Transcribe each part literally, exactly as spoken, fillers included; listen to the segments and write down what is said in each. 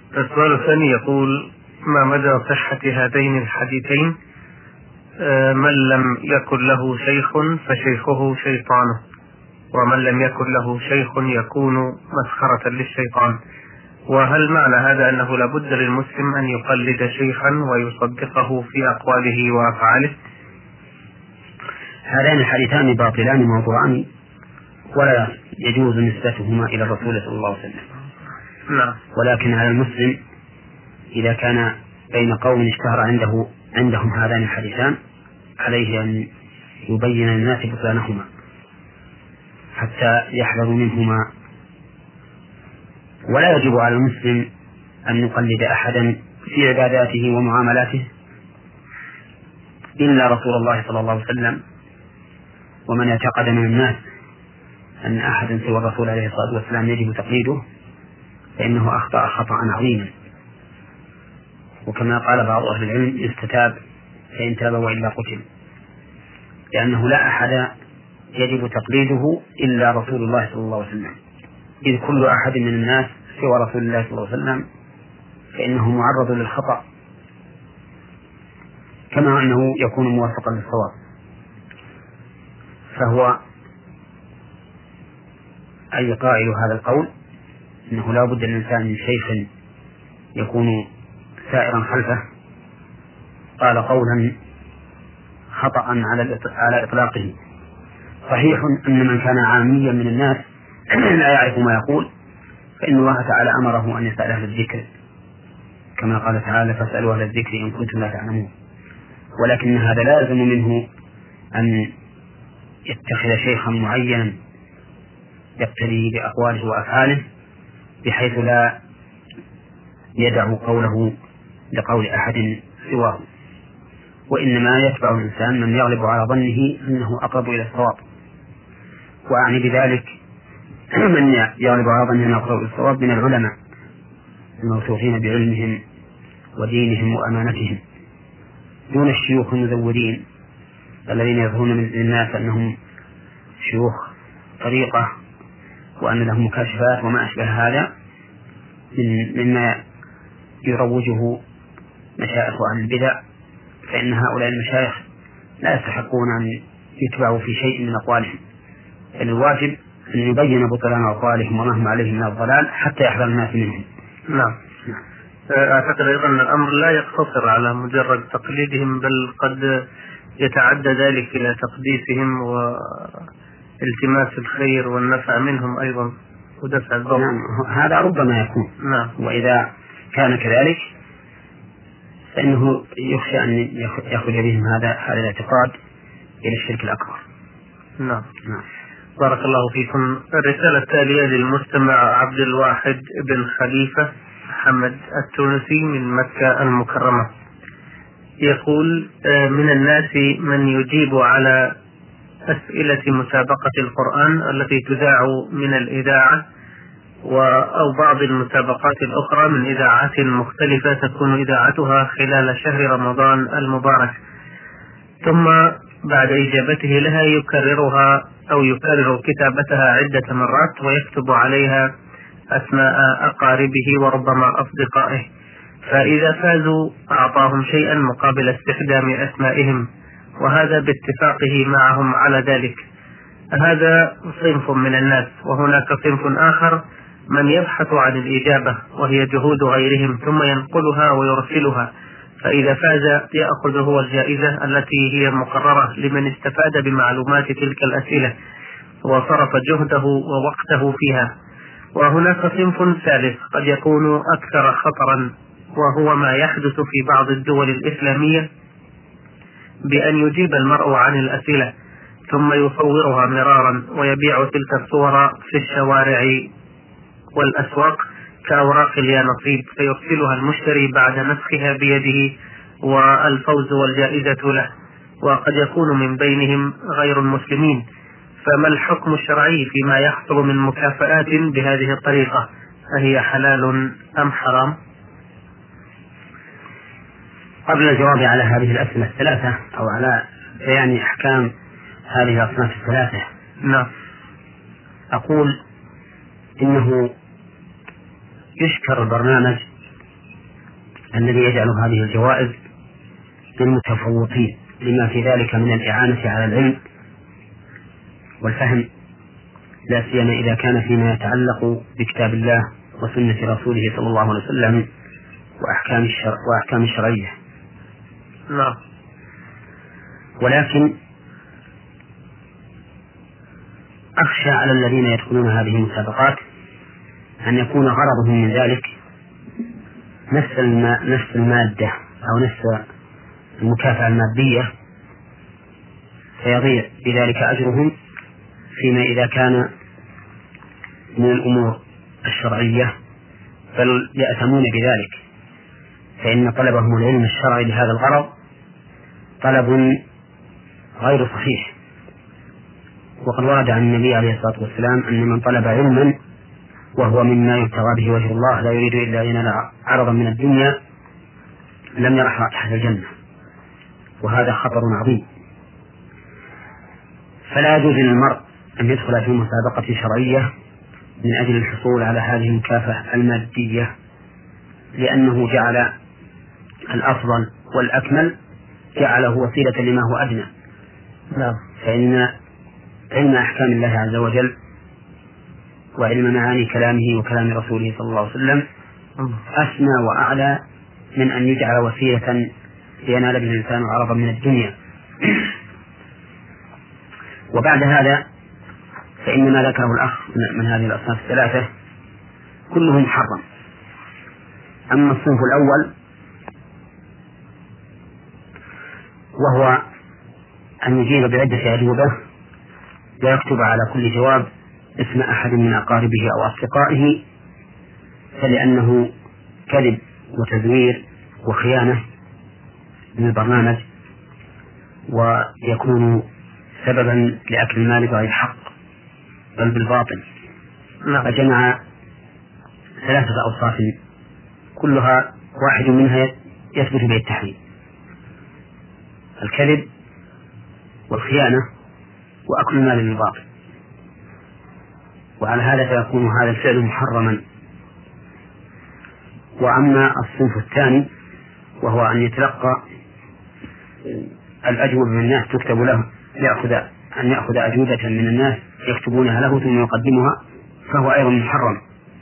السؤال الثاني يقول: ما مدى صحة هذين الحديثين؟ من لم يكن له شيخ فشيخه شيطانه، ومن لم يكن له شيخ يكون مسخرة للشيطان. وهل معنى هذا أنه لا بد للمسلم أن يقلد شيخا ويصدقه في أقواله وأفعاله؟ هذان الحديثان باطلان موضوعان ولا يجوز نسبتهما إلى الرسول صلى الله عليه وسلم. نعم. ولكن على المسلم إذا كان بين قوم اشتهر عنده عندهم هذان الحديثان عليه أن يبين للناس بطلانهما حتى يحذروا منهما. ولا يجب على المسلم أن يقلد أحدا في عباداته ومعاملاته إلا رسول الله صلى الله عليه وسلم. ومن اعتقد من الناس أن أحدا سوى الرسول عليه الصلاة والسلام يجب تقليده فإنه أخطأ خطأ عظيما. وكما قال بعض أهل العلم: يستتاب فإن تاب وإلا قتل، لأنه لا أحد يجب تقليده إلا رسول الله صلى الله عليه وسلم، إذ كل أحد من الناس سوى رسول الله صلى الله عليه وسلم فإنه معرض للخطأ كما أنه يكون موافقا للصواب. فهو أي قائل هذا القول أنه لا بد للإنسان من شيخ يكون سائرا خلفه قال قولا خطأ على إطلاقه. صحيح أن من كان عاميا من الناس لا يعرف ما يقول فإن الله تعالى أمره أن يسأل أهل الذكر كما قال تعالى: فاسألوا أهل الذكر إن كنتم لا تعلمون. ولكن هذا لازم منه أن يتخذ شيخا معينا يقتدي بأقواله وأفعاله بحيث لا يدع قوله لقول أحد سواه، وإنما يتبع الإنسان من يغلب على ظنه أنه أقرب إلى الصواب. وأعني بذلك من يغلب على ظنه أنه أقرب إلى الصواب من العلماء الموثوقين بعلمهم ودينهم وأمانتهم، دون الشيوخ المزودين الذين يظهرون للناس أنهم شيوخ طريقة وأن لهم مكاشفات وما أشبه هذا مما يروجه مشايخ أهل البدع. فإن هؤلاء المشايخ لا يستحقون أن يتبعوا في شيء من أقوالهم، بل الواجب أن يبين بطلان أقوالهم وما هم عليه من الضلال حتى يحذر الناس منهم. نعم. أعتقد أيضا أن الأمر لا يقتصر على مجرد تقليدهم، بل قد يتعدى ذلك إلى تقديسهم والتماس الخير والنفع منهم أيضا ودفع الضر. نعم، هذا ربما يكون. نعم. وإذا كان كذلك فإنه يخشى أن يخرج بهم هذا هذا الاعتقاد إلى الشرك الأكبر. نعم. نعم. بارك الله فيكم. الرسالة التالية للمستمع عبد الواحد بن خليفة محمد التونسي من مكة المكرمة، يقول: من الناس من يجيب على أسئلة مسابقة القرآن التي تذاع من الإذاعة أو بعض المسابقات الأخرى من إذاعات مختلفة تكون إذاعتها خلال شهر رمضان المبارك، ثم بعد إجابته لها يكررها أو يكرر كتابتها عدة مرات ويكتب عليها أسماء أقاربه وربما أصدقائه، فإذا فازوا أعطاهم شيئا مقابل استخدام أسمائهم، وهذا باتفاقه معهم على ذلك. هذا صنف من الناس. وهناك صنف آخر من يبحث عن الإجابة وهي جهود غيرهم ثم ينقلها ويرسلها، فإذا فاز يأخذ هو الجائزة التي هي مقررة لمن استفاد بمعلومات تلك الأسئلة وصرف جهده ووقته فيها. وهناك صنف ثالث قد يكون أكثر خطرا، وهو ما يحدث في بعض الدول الإسلامية بأن يجيب المرء عن الأسئلة ثم يصورها مرارا ويبيع تلك الصور في الشوارع والأسواق كأوراق اليانصيب، فيرسلها المشتري بعد نسخها بيده والفوز والجائزة له، وقد يكون من بينهم غير المسلمين. فما الحكم الشرعي فيما يحصل من مكافآت بهذه الطريقة؟ أهي حلال أم حرام؟ قبل الجواب على هذه الأسئلة الثلاثة أو على بيان أحكام هذه الأصناف الثلاثة، نعم، أقول إنه يشكر البرنامج الذي يجعل هذه الجوائز للمتفوقين لما في ذلك من الإعانة على العلم والفهم، لا سيما إذا كان فيما يتعلق بكتاب الله وسنة رسوله صلى الله عليه وسلم وأحكام الشرع وأحكام الشرعية. نعم. ولكن أخشى على الذين يدخلون هذه المسابقات أن يكون غرضهم من ذلك نفس نفس المادة أو نفس المكافأة المادية، فيضيع بذلك أجرهم فيما إذا كان من الأمور الشرعية، بل يأتمون بذلك، فإن طلبهم العلم الشرعي لهذا الغرض طلب غير صحيح. وقد ورد عن النبي عليه الصلاة والسلام أن من طلب علما وهو مما يبتغى به وجه الله لا يريد إلا أن ينال عرضا من الدنيا لم يرح رائحة الجنة، وهذا خطر عظيم. فلا يجوز للمرء أن يدخل في مسابقة شرعية من أجل الحصول على هذه المكافأة المادية، لأنه جعل الأفضل والأكمل جعله وسيلة لما هو أدنى. نعم. فإن علم أحكام الله عز وجل وعلم معاني كلامه وكلام رسوله صلى الله عليه وسلم أسمى وأعلى من أن يجعل وسيلة لينال به الإنسان عرضا من الدنيا. وبعد هذا فإن ما ذكره الأخ من هذه الأصناف الثلاثة كله محرم. أما الصنف الأول وهو أن يجيب بعدة أجوبة ويكتب على كل جواب اسم أحد من أقاربه أو أصدقائه، فلأنه كذب وتزوير وخيانة للبرنامج، ويكون سببا لأكل المال بغير حق بل بالباطل. فجمع ثلاثة أوصاف كلها واحد منها يثبت به التحريم: الكذب والخيانة وأكل المال بالباطل. وعلى هذا فيكون هذا الفعل محرما. وأما الصنف الثاني وهو أن يتلقى الأجوبة من الناس تكتب له، يأخذ أن يأخذ أجوبة من الناس يكتبونها له ثم يقدمها، فهو أيضا محرم،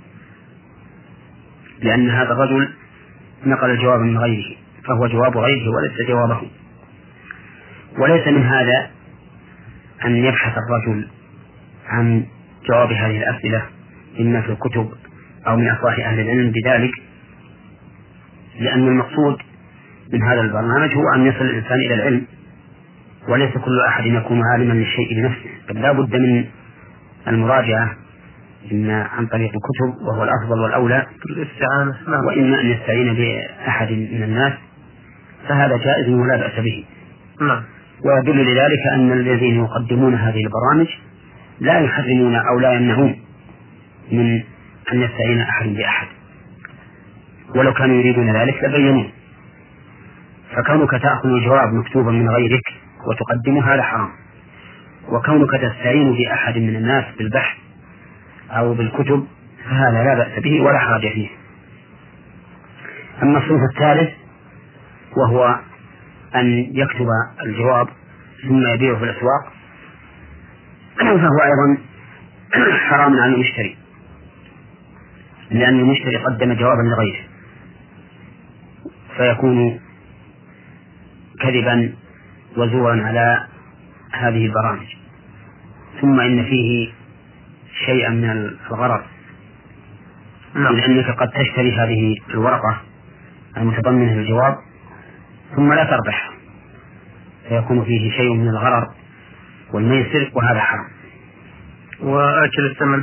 لأن هذا الرجل نقل الجواب من غيره، فهو جواب غيره وليس جوابه. وليس من هذا أن يبحث الرجل عن جواب هذه الأسئلة إما في الكتب أو من أفواه أهل العلم بذلك، لأن المقصود من هذا البرنامج هو أن يصل الإنسان إلى العلم، وليس كل أحد يكون عالما للشيء بنفسه، بل لا بد من المراجعة إما عن طريق الكتب وهو الأفضل والأولى، وإما أن يستعين بأحد من الناس، فهذا جائز ولا بأس به. ويدل لذلك أن الذين يقدمون هذه البرامج لا يحرمون أو لا يمنعون من أن يستعين أحد بأحد، ولو كانوا يريدون ذلك لبينوه. فكونك تأخذ الجواب مكتوبا من غيرك وتقدمه هذا حرام، وكونك تستعين بأحد من الناس بالبحث أو بالكتب فهذا لا بأس به ولا حرج فيه. أما الصنف الثالث وهو أن يكتب الجواب ثم يبيعه في الأسواق، فهو أيضا حرام على المشتري، لأن المشتري قدم جوابا لغيره، فيكون كذبا وزورا على هذه البرامج. ثم إن فيه شيئا من الغرر، لأنك قد تشتري هذه الورقة المتضمنة للجواب ثم لا تربح، فيكون فيه شيء من الغرر والميسر، وهذا حرام. وأكل الثمن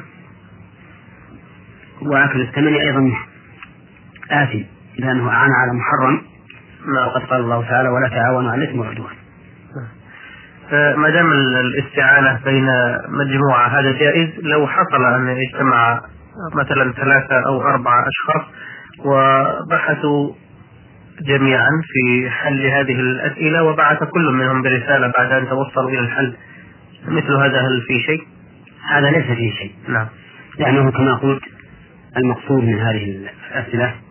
وأكل الثمن أيضا آثم، لأنه أعان على محرم، وقد قال الله تعالى: ولا تعاونوا على الإثم والعدوان. ما دام الاستعانة بين مجموعة هذا جائز. لو حصل أن يجتمع مثلا ثلاثة أو أربعة أشخاص وبحثوا جميعا في حل هذه الأسئلة وبعث كل منهم برسالة بعد أن توصلوا إلى الحل، مثل هذا هل في شيء؟ هذا ليس فيه شيء، نعم، لأنه كما قلت المقصود من هذه الأسئلة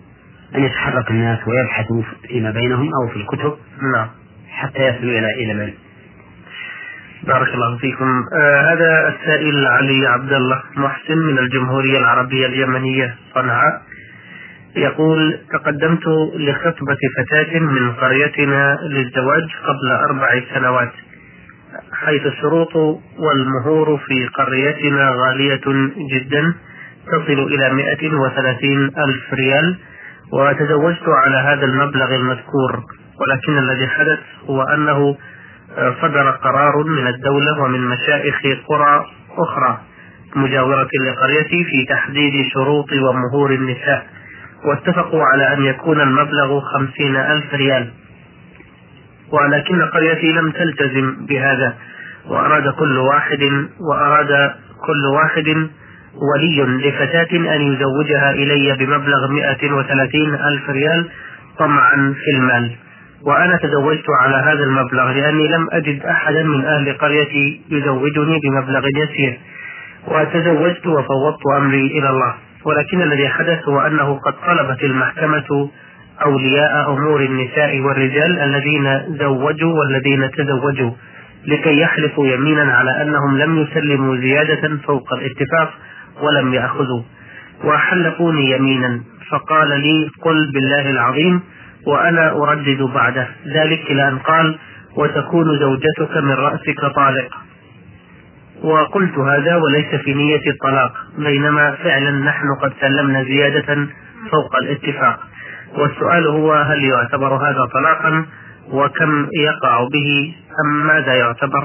أن يتحرك الناس ويبحثوا فيما بينهم أو في الكتب نعم حتى يصلوا إلى إلى العلم. بارك الله فيكم. آه هذا السائل علي عبد الله محسن من الجمهورية العربية اليمنية صنعاء يقول: تقدمت لخطبة فتاة من قريتنا للزواج قبل أربع سنوات، حيث الشروط والمهور في قريتنا غالية جدا تصل إلى مئة وثلاثين ألف ريال، وتزوجت على هذا المبلغ المذكور، ولكن الذي حدث هو أنه صدر قرار من الدولة ومن مشائخ قرى أخرى مجاورة لقريتي في تحديد شروط ومهور النساء، واتفقوا على أن يكون المبلغ خمسين ألف ريال، ولكن قريتي لم تلتزم بهذا، وأراد كل واحد وأراد كل واحد ولي لفتاة أن يزوجها إلي بمبلغ مئة وثلاثين ألف ريال طمعا في المال، وأنا تزوجت على هذا المبلغ لأني لم أجد أحدا من أهل قريتي يزوجني بمبلغ يسير، وتزوجت وفوضت أمري إلى الله. ولكن الذي حدث هو أنه قد طلبت المحكمة أولياء أمور النساء والرجال الذين زوجوا والذين تزوجوا لكي يحلفوا يمينا على أنهم لم يسلموا زيادة فوق الاتفاق ولم يأخذوا، وحلفوني يمينا، فقال لي: قل بالله العظيم، وأنا أردد بعده ذلك إلى أن قال: وتكون زوجتك من رأسك طالق. وقلت هذا وليس في نية الطلاق، بينما فعلا نحن قد سلمنا زيادة فوق الاتفاق. والسؤال هو: هل يعتبر هذا طلاقا، وكم يقع به، أم ماذا يعتبر؟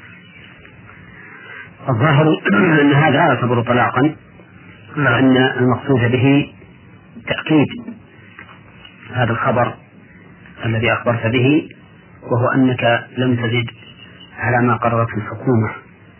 الظاهر أن هذا يعتبر طلاقا، لأن المقصود به تأكيد هذا الخبر الذي أخبرت به، وهو أنك لم تزد على ما قررته الحكومة،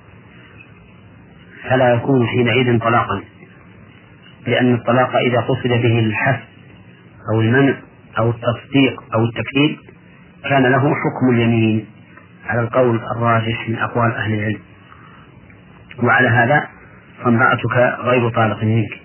فلا يكون حينئذ طلاقا، لأن الطلاق إذا قصد به الحث أو المنع أو التصديق أو التكذيب كان له حكم اليمين على القول الراجح من أقوال أهل العلم. وعلى هذا فامرأتك غير طالق منك،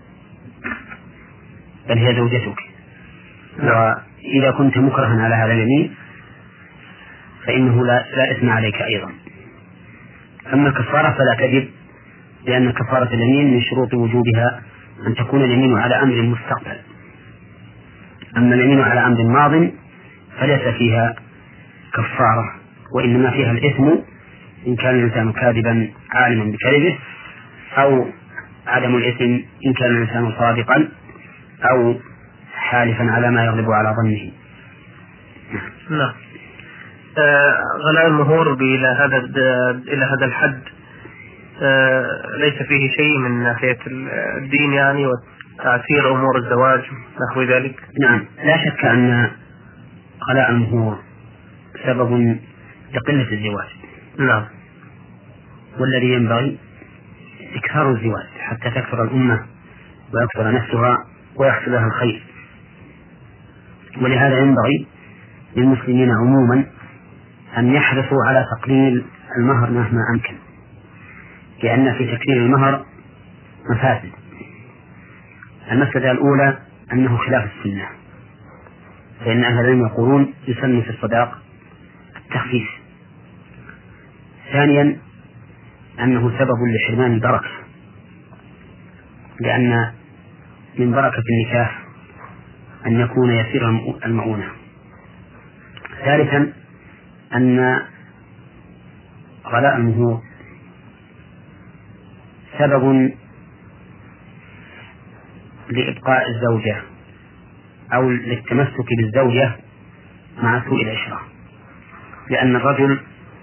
بل هي زوجتك، وإذا كنت مكرها على هذا اليمين فإنه لا, لا إثم عليك أيضا. أما الكفارة فلا تجب، لأن كفارة اليمين من شروط وجوبها أن تكون اليمين على أمر مستقبل، أما اليمين على أمر ماض فليس فيها كفارة، وإنما فيها الإثم إن كان الإنسان كاذبا عالما بكذبه، أو عدم الإثم إن كان الإنسان صادقا أو حالفا على ما يغلب على ظنه. نعم. آه غلاء المهور إلى هذا إلى هذا الحد آه ليس فيه شيء من ناحية الدين يعني وتأثير أمور الزواج نحو ذلك. نعم، لا شك أن غلاء المهور سبب لقلة الزواج. نعم. والذي ينبغي إكثار الزواج حتى تكثر الأمة ويكثر نفسها ويحصل لها الخير. ولهذا ينبغي للمسلمين عموما أن يحرصوا على تقليل المهر مهما أمكن، لأن في تكليل المهر مفاسد. المسألة الأولى أنه خلاف السنة، فإن أهل العلم يقولون يسمى في الصداق التخفيف. ثانيا أنه سبب لحرمان البركة، لأن من بركة النكاح أن يكون يسير المؤونة. ثالثا أن غلاء المهور سبب لإبقاء الزوجة أو للتمسك بالزوجة مع سوء العشرة، لأن الرجل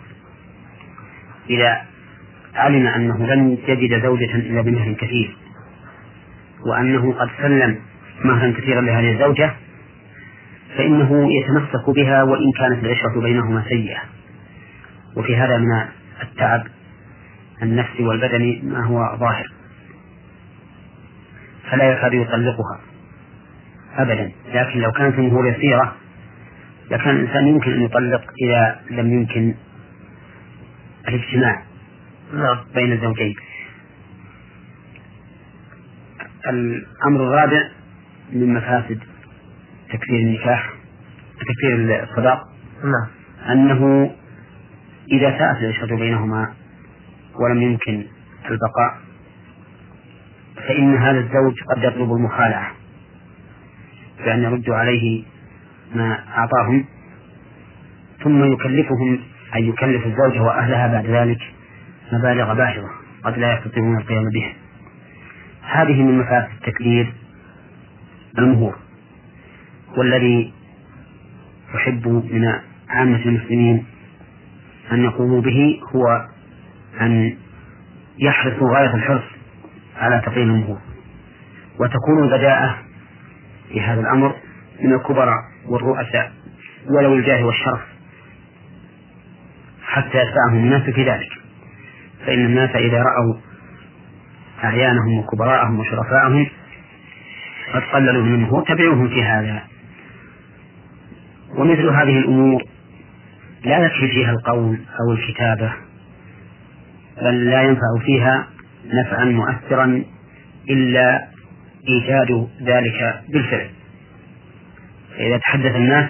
إذا علم أنه لن يجد زوجة إلا بمهر كثير، وأنه قد سلم مهرا كثيرا لهذه الزوجة، فإنه يتمسك بها وإن كانت العشرة بينهما سيئة. وفي هذا من التعب النفسي والبدني ما هو ظاهر، فلا يكاد يطلقها أبدا. لكن لو كانت المهور يسيرة لكان الإنسان يمكن أن يطلق إذا لم يمكن الاجتماع بين الزوجين. الأمر الرابع من مفاسد تكفير النكاح تكفير الصداق نعم. أنه إذا ساءت العشرة بينهما ولم يمكن البقاء فإن هذا الزوج قد يطلب المخالعة بأن يردوا عليه ما أعطاهم، ثم يكلفهم أن يكلف الزوجة وأهلها بعد ذلك مبالغ باهظة قد لا يستطيعون القيام بها. هذه من مفاسد تكبير المهور. والذي أحب من عامة المسلمين أن يقوموا به هو أن يحرصوا غاية الحرص على تقييم المهور، وتكون البداءة في هذا الأمر من الكبراء والرؤساء ولو الجاه والشرف حتى يدفعهم الناس في ذلك، فإن الناس إذا رأوا أعيانهم وكبراءهم وشرفاءهم قد قللوا من المهور تبعوهم في هذا. ومثل هذه الأمور لا يكفي فيها القول أو الكتابة، بل لا ينفع فيها نفعا مؤثرا إلا إيجاد ذلك بالفعل. فإذا تحدث الناس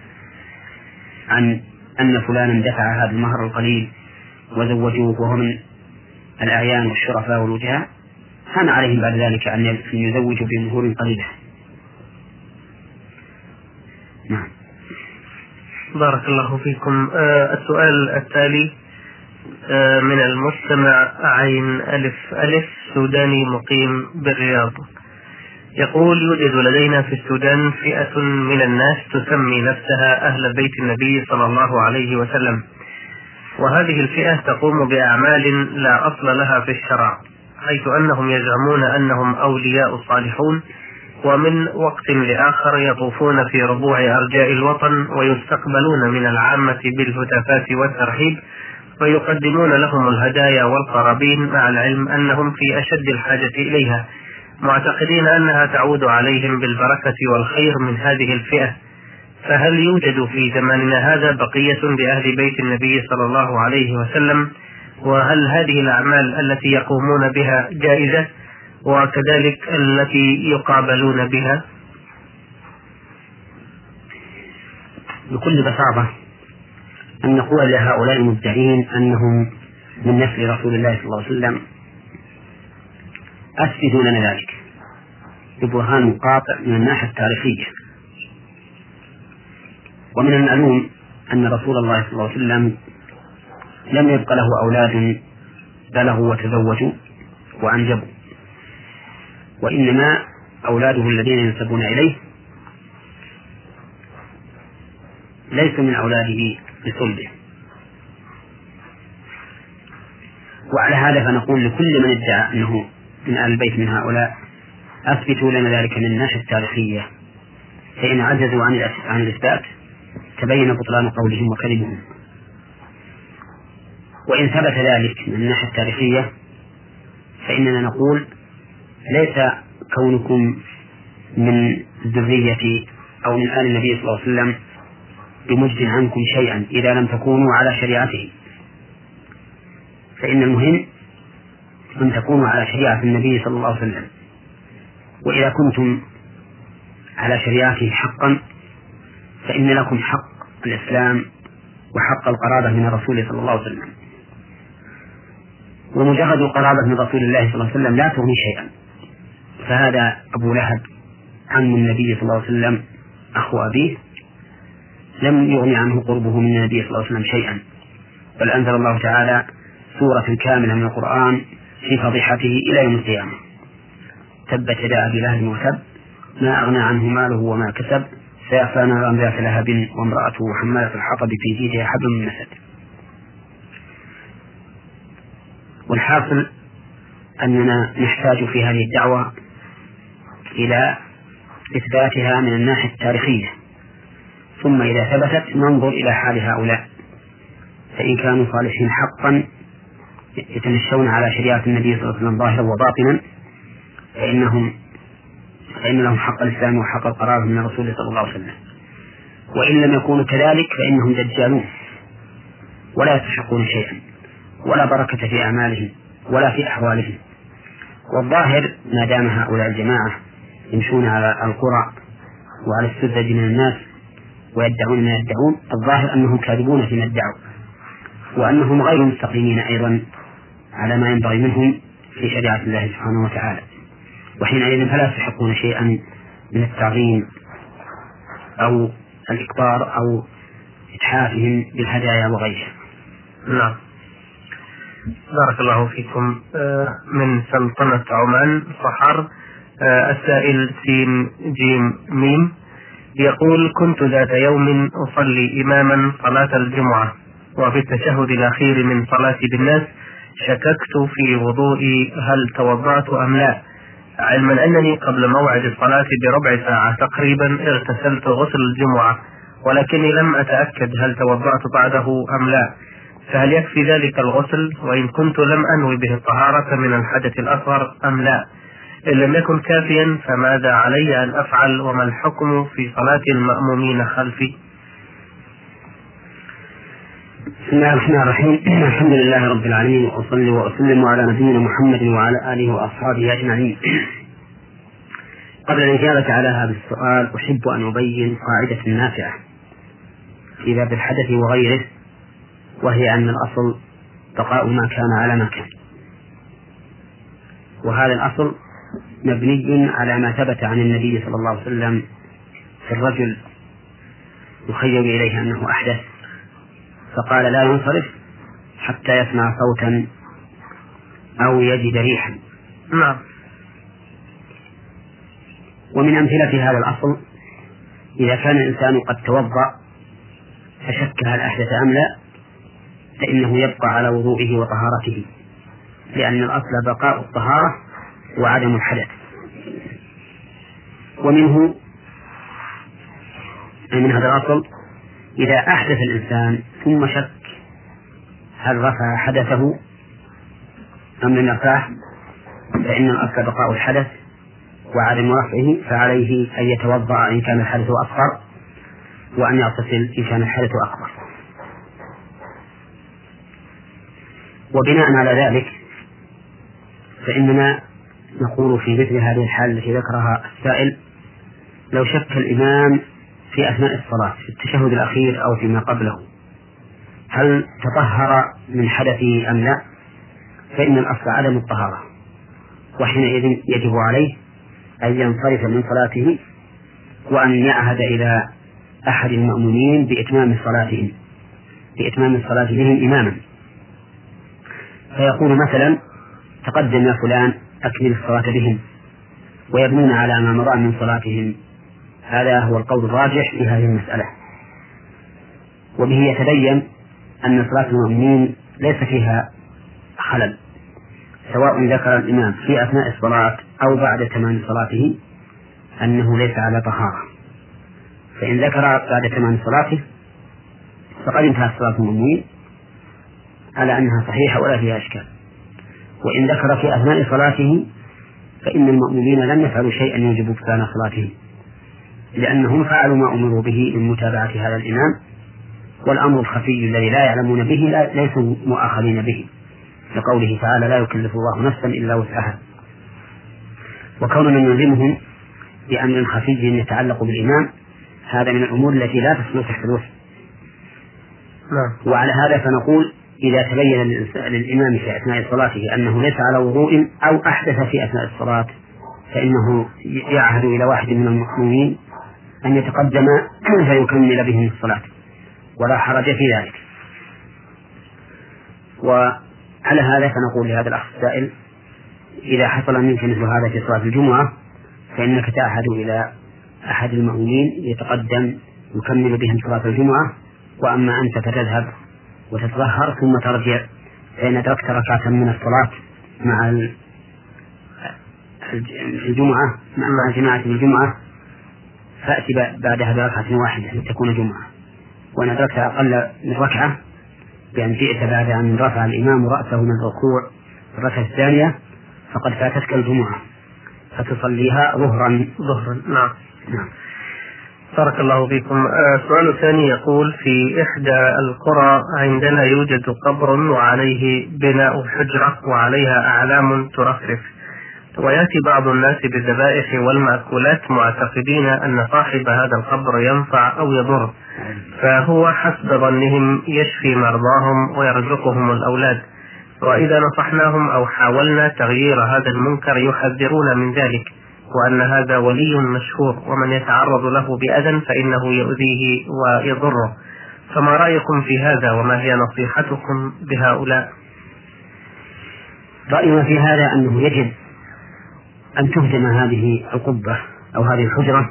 عن أن فلانا دفع هذا المهر القليل وزوجوه وهو من الأعيان والشرفاء والوجهاء، هان عليهم بعد ذلك أن يزوجوا بمهور قليلة. نعم. بارك الله فيكم. آه السؤال التالي آه من المستمع عين ألف ألف سوداني مقيم بالرياض، يقول: يوجد لدينا في السودان فئة من الناس تسمي نفسها أهل بيت النبي صلى الله عليه وسلم، وهذه الفئة تقوم بأعمال لا أصل لها في الشرع، حيث أنهم يزعمون أنهم أولياء صالحون، ومن وقت لآخر يطوفون في ربوع أرجاء الوطن ويستقبلون من العامة بالهتافات والترحيب، ويقدمون لهم الهدايا والقرابين، مع العلم أنهم في أشد الحاجة إليها، معتقدين أنها تعود عليهم بالبركة والخير من هذه الفئة. فهل يوجد في زماننا هذا بقية لأهل بيت النبي صلى الله عليه وسلم؟ وهل هذه الأعمال التي يقومون بها جائزة، وكذلك التي يقابلون بها؟ بكل بساطة أن نقول لهؤلاء المدعين أنهم من نسل رسول الله صلى الله عليه وسلم أثبتوا لنا ذلك ببرهان قاطع من الناحية التاريخية. ومن المعلوم أن رسول الله صلى الله عليه وسلم لم يبق له أولاد بلغوا وتزوجوا وأنجبوا، وإنما أولاده الذين ينسبون إليه ليسوا من أولاده بصلبه. وعلى هذا فنقول لكل من ادعى أنه من أهل البيت من هؤلاء: أثبتوا لنا ذلك من الناحية التاريخية، فإن عجزوا عن الإثبات تبين بطلان قولهم وكذبهم. وإن ثبت ذلك من الناحية التاريخية فإننا نقول: ليس كونكم من ذرية أو من آل النبي صلى الله عليه وسلم بمجد عنكم شيئا إذا لم تكونوا على شريعته، فإن المهم أن تكونوا على شريعة النبي صلى الله عليه وسلم. وإذا كنتم على شريعته حقا فإن لكم حق الإسلام وحق القرابة من الرسول صلى الله عليه وسلم. ومجرد القرابة من رسول الله صلى الله عليه وسلم لا تغني شيئا، فهذا أبو لهب عم النبي صلى الله عليه وسلم أخو أبيه لم يغني عنه قربه من النبي صلى الله عليه وسلم شيئا، بل أنزل الله تعالى سورة كاملة من القرآن في فضيحته إلى يوم القيامة: تبت يدا أبي لهب وتب ما أغنى عنه ماله وما كسب سيصلى نارا ذات لهب وامرأته حمالة الحطب في جيدها حبل من مسد. والحاصل أننا نحتاج في هذه الدعوة إلى إثباتها من الناحية التاريخية، ثم إذا ثبتت ننظر إلى حال هؤلاء، فإن كانوا صالحين حقا يتمشون على شريعة النبي صلى الله عليه وسلم ظاهرا وباطنا فإنهم فإن لهم حق الإسلام وحق القرابة من الرسول صلى الله عليه وسلم. وإن لم يكونوا كذلك فإنهم دجالون ولا يستحقون شيئا ولا بركة في أعمالهم ولا في أحوالهم. والظاهر ما دام هؤلاء الجماعة يمشون على القرى وعلى السذج من الناس ويدعون ما يدعون، الظاهر أنهم كاذبون فيما ادعوا، وأنهم غير مستقيمين أيضا على ما ينبغي منهم في شريعة الله سبحانه وتعالى، وحينئذ فلا يستحقون شيئا من التعظيم أو الإكبار أو إتحافهم بالهدايا وغيرها. نعم. بارك الله فيكم. من سلطنة عمان صحر، السائل سين جيم ميم يقول: كنت ذات يوم أصلي إماما صلاة الجمعة، وفي التشهد الأخير من صلاتي بالناس شككت في وضوئي هل توضأت أم لا، علما أنني قبل موعد الصلاة بربع ساعة تقريبا اغتسلت غسل الجمعة، ولكني لم أتأكد هل توضأت بعده أم لا، فهل يكفي ذلك الغسل؟ وإن كنت لم أنوي به الطهارة من الحدث الأصغر أم لا؟ إن لم يكن كافيا فماذا علي أن أفعل؟ وما الحكم في صلاة المأمومين خلفي؟ بسم الله الرحمن الرحيم. الحمد لله رب العالمين، وأصلي وأسلم على نبينا محمد وعلى آله وأصحابه أجمعين. قبل الإجابة على هذا السؤال أحب أن أبين قاعدة نافعة في باب الحدث وغيره، وهي أن الأصل بقاء ما كان على ما كان، وهذا الأصل مبني على ما ثبت عن النبي صلى الله عليه وسلم في الرجل يخيل إليه أنه أحدث فقال لا ينصرف حتى يسمع صوتا أو يجد ريحا. نعم. ومن أمثلة هذا الأصل إذا كان الإنسان قد توضأ فشك هل أحدث أم لا، فإنه يبقى على وضوئه وطهارته، لأن الأصل بقاء الطهارة وعدم الحدث. ومنه من هذا الأصل إذا أحدث الإنسان ثم شك هل رفع حدثه أم لم يرفعه، فإن الأصل بقاء الحدث وعدم رفعه، فعليه أن يتوضأ إن كان الحدث أصغر، وأن يغتسل إن كان الحدث أكبر. وبناء على ذلك فإننا نقول في مثل هذه الحالة التي ذكرها السائل: لو شك الإمام في أثناء الصلاة في التشهد الأخير أو فيما قبله هل تطهر من حدثه أم لا، فإن الأصل عدم الطهارة، وحينئذ يجب عليه أن ينصرف من صلاته وأن يعهد إلى أحد المأمومين بإتمام صلاتهم بإتمام الصلاة بهم إماما، فيقول مثلا: تقدم يا فلان أكمل الصلاة بهم، ويبنون على ما مضى من صلاتهم. هذا هو القول الراجح في هذه المسألة، وبه يتبين أن صلاة المؤمنين ليس فيها خلل، سواء ذكر الإمام في أثناء الصلاة أو بعد تمام صلاته أنه ليس على طهارة، فإن ذكر بعد تمام صلاته فقد انتهت صلاة المؤمنين على أنها صحيحة ولا فيها أشكال، وإن ذكر في أثناء صلاته فإن المؤمنين لم يفعلوا شيئا يجب بطلان صلاتهم، لأنهم فعلوا ما أمروا به من متابعة هذا الإمام، والأمر الخفي الذي لا يعلمون به لا ليسوا مؤاخذين به، لقوله تعالى: لا يكلف الله نفسا إلا وسعها. وكوننا نلزمهم بأمر خفي يتعلق بالإمام هذا من الأمور التي لا تصلح تحت الوسع. وعلى هذا فنقول: إذا تبين للإمام في أثناء صلاته أنه ليس على وضوء أو أحدث في أثناء الصلاة فإنه يعهد إلى واحد من المأمومين أن يتقدم فيكمل بهم الصلاة، ولا حرج في ذلك. وعلى هذا فنقول لهذا الأخ السائل: إذا حصل منك مثل هذا في صلاة الجمعة فإنك تعهد إلى أحد المأمومين يتقدم يكمل بهم صلاة الجمعة، وأما أنت فتذهب وتتظهر ثم ترجع، فإن أدركت ركعة من الصلاة مع الجمعة مع جماعة الجمعة فأتي بعدها بركعة واحدة لتكون جمعة، وإن أدركت أقل من ركعة بأن جئت بعد أن رفع الإمام رأسه من الركوع في الركعة الثانية فقد فاتتك الجمعة فتصليها ظهرا ظهرا نعم. نعم. بارك الله فيكم. السؤال الثاني يقول: في إحدى القرى عندنا يوجد قبر وعليه بناء حجرة وعليها أعلام ترفرف، ويأتي بعض الناس بالذبائح والمأكولات معتقدين أن صاحب هذا القبر ينفع أو يضر، فهو حسب ظنهم يشفي مرضاهم ويرزقهم الأولاد، وإذا نصحناهم أو حاولنا تغيير هذا المنكر يحذرون من ذلك، وأن هذا ولي مشهور ومن يتعرض له بأذى فإنه يؤذيه ويضره. فما رأيكم في هذا وما هي نصيحتكم بهؤلاء؟ رأينا في هذا أنه يجب أن تهدم هذه القبة أو هذه الحجرة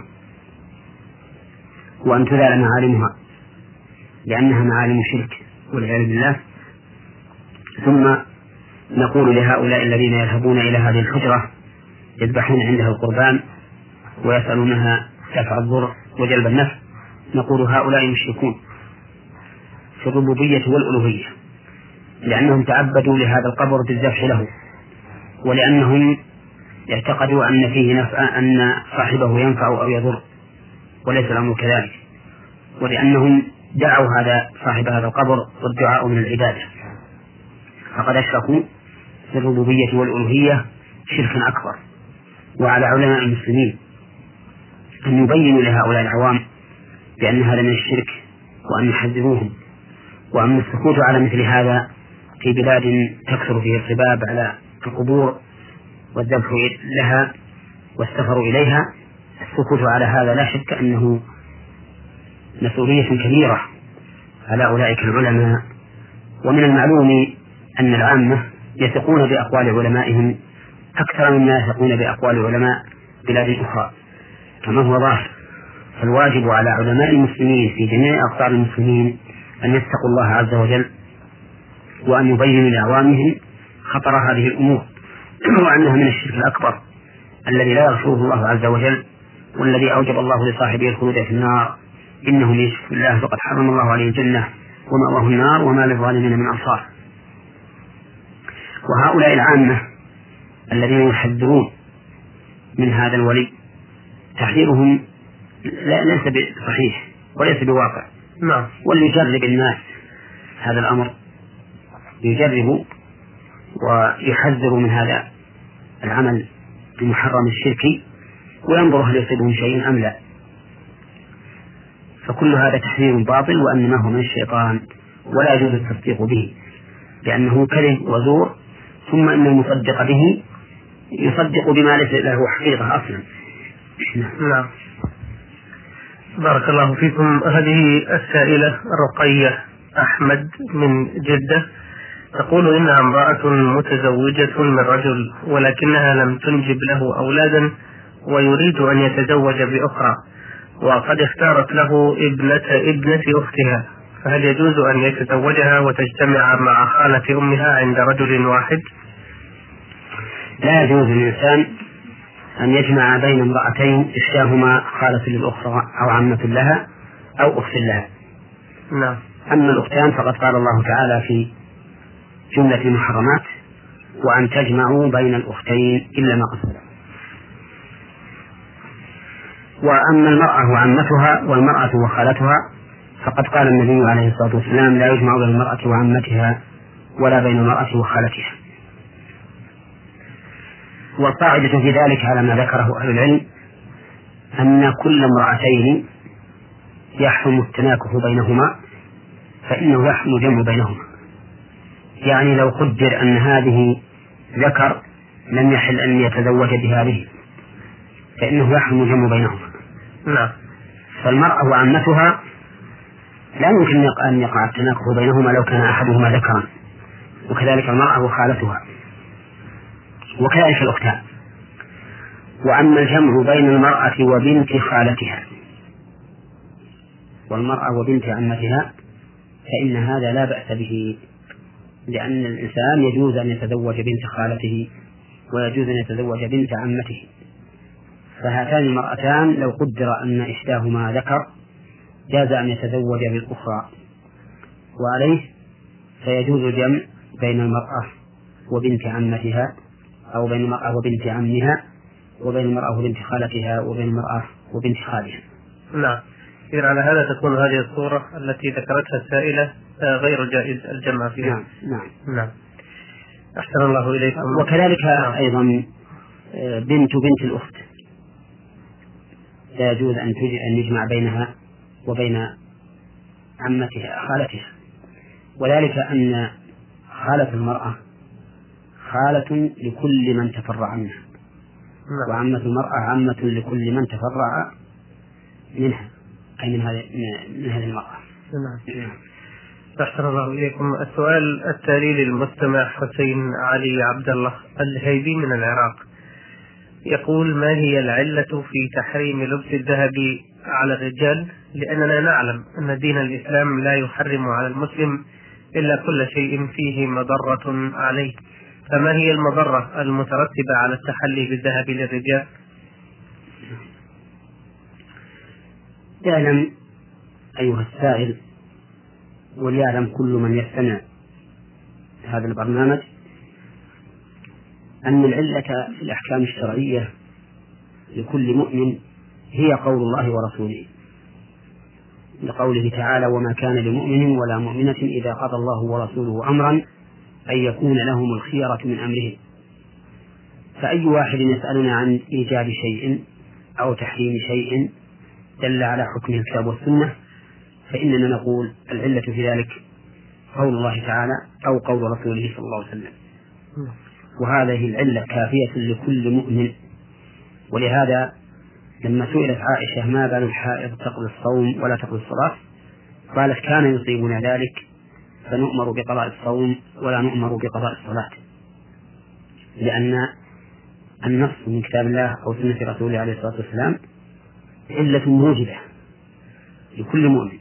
وأن تزال معالمها، لأنها معالم الشرك والعياذ بالله. ثم نقول لهؤلاء الذين يذهبون إلى هذه الحجرة يذبحون عندها القربان ويسألونها دفع الضر وجلب النفع، نقول هؤلاء مشركون في الربوبية والألوهية، لأنهم تعبدوا لهذا القبر بالذبح له، ولأنهم يعتقدوا أن فيه نفع، أن صاحبه ينفع أو يضر، وليس الأمر كذلك، ولأنهم دعوا هذا صاحب هذا القبر، والدعاء من العبادة، فقد أشركوا في الربوبية والألوهية شركا أكبر. وعلى علماء المسلمين أن يبينوا لهؤلاء العوام بأن هذا من الشرك، وأن يحذروهم، وأن السكوت على مثل هذا في بلاد تكثر فيه الرباب على القبور والذبح لها والسفر إليها، السكوت على هذا لا شك أنه مسؤولية كبيرة على أولئك العلماء. ومن المعلوم أن العامة يثقون بأقوال علمائهم أكثر مما يثقون بأقوال علماء بلاد أخرى كما هو ظاهر، فالواجب على علماء المسلمين في جميع أقطار المسلمين أن يتقوا الله عز وجل، وأن يبينوا لأعوامهم خطر هذه الأمور، وأنها من الشرك الأكبر الذي لا يغفره الله عز وجل، والذي أوجب الله لصاحبه الخلود في النار، إنه من يشرك بالله فقد حرم الله عليه الجنة ومأواه النار وما للظالمين من أنصار. وهؤلاء العامة الذين يحذرون من هذا الولي تحذيرهم ليس بصحيح وليس بواقع. نعم. وليجرب الناس هذا الأمر، يجربوا ويحذروا من هذا العمل المحرم الشركي، وينظر هل يصيبهم شيء أم لا. فكل هذا تحذير باطل، وأنما هو من الشيطان، ولا يجوز التصديق به، لأنه كذب وزور، ثم أن المصدق به يصدق بما ليس له حقيقة أصلا. نعم. بارك الله فيكم. هذه السائلة رقية أحمد من جدة تقول إنها امرأة متزوجة من رجل، ولكنها لم تنجب له أولادا ويريد أن يتزوج بأخرى، وقد اختارت له ابنة ابنة أختها، فهل يجوز أن يتزوجها وتجتمع مع خالة أمها عند رجل واحد؟ لا يجوز للإنسان أن يجمع بين امرأتين إحداهما خالة للأخرى أو عمة لها أو أخت لها. نعم. أما الأختان فقد قال الله تعالى في جملة المحرمات: وأن تجمعوا بين الأختين إلا ما قصد. وأما المرأة وعمتها والمرأة وخالتها فقد قال النبي عليه الصلاة والسلام: لا يجمع بين المرأة وعمتها ولا بين المرأة وخالتها. والقاعدة في ذلك على ما ذكره أهل العلم أن كل امرأتين يحرم التناكح بينهما فإنه يحرم جمع بينهما. يعني لو قدر أن هذه ذكر لم يحل أن يتزوج بهذه فإنه يحرم جمع بينهما. لا. فالمرأة وعمتها لا يمكن أن يقع التناكح بينهما لو كان أحدهما ذكرا، وكذلك المرأة وخالتها، وكذلك الأختان. وأما الجمع بين المرأة وبنت خالتها والمرأة وبنت عمتها فإن هذا لا بأس به، لأن الإنسان يجوز أن يتزوج بنت خالته ويجوز أن يتزوج بنت عمته. فهاتان المرأتان لو قدر أن إحداهما ذكر جاز أن يتزوج بالأخرى، وعليه فيجوز الجمع بين المرأة وبنت عمتها أو بين المرأة وبنت عمها وبين المرأة وبنت خالتها وبين المرأة وبنت خالها. لا. إذن على هذا تكون هذه الصورة التي ذكرتها السائلة غير جائز الجمع فيها. نعم. نعم. نعم. أحسن الله إليكم. وكذلك نعم. أيضا بنت بنت الأخت لا يجوز أن يجمع بينها وبين عمتها خالتها، وذلك أن خالة المرأة خالة لكل من تفرع منها، وعمة المرأة عمة لكل من تفرع منها، أي من هذه من هذه المرأة. نعم. أحسن الله إليكم. السؤال التالي للمستمع حسين علي عبد الله الهيبي من العراق، يقول: ما هي العلة في تحريم لبس الذهب على الرجال؟ لأننا نعلم أن دين الإسلام لا يحرم على المسلم إلا كل شيء فيه مضرة عليه، فما هي المضرة المترتبة على التحلي بالذهب للرجال؟ اعلم أيها السائل، وليعلم كل من يستمع هذا البرنامج، أن العلة في الأحكام الشرعية لكل مؤمن هي قول الله ورسوله، لقوله تعالى: وما كان لمؤمن ولا مؤمنة إذا قضى الله ورسوله أمرا أن يكون لهم الخيرة من أمرهم. فأي واحد يسألنا عن إيجاب شيء أو تحريم شيء دل على حكم الكتاب والسنة، فإننا نقول العلة في ذلك قول الله تعالى أو قول رسوله صلى الله عليه وسلم، وهذه العلة كافية لكل مؤمن. ولهذا لما سئلت عائشة: ما بال الحائض تقضي الصوم ولا تقضي الصلاة؟ قالت: كان يصيبنا ذلك فنؤمر بقضاء الصوم ولا نؤمر بقضاء الصلاة، لأن النص من كتاب الله أو سنة رسوله عليه الصلاة والسلام علة موجبة لكل مؤمن.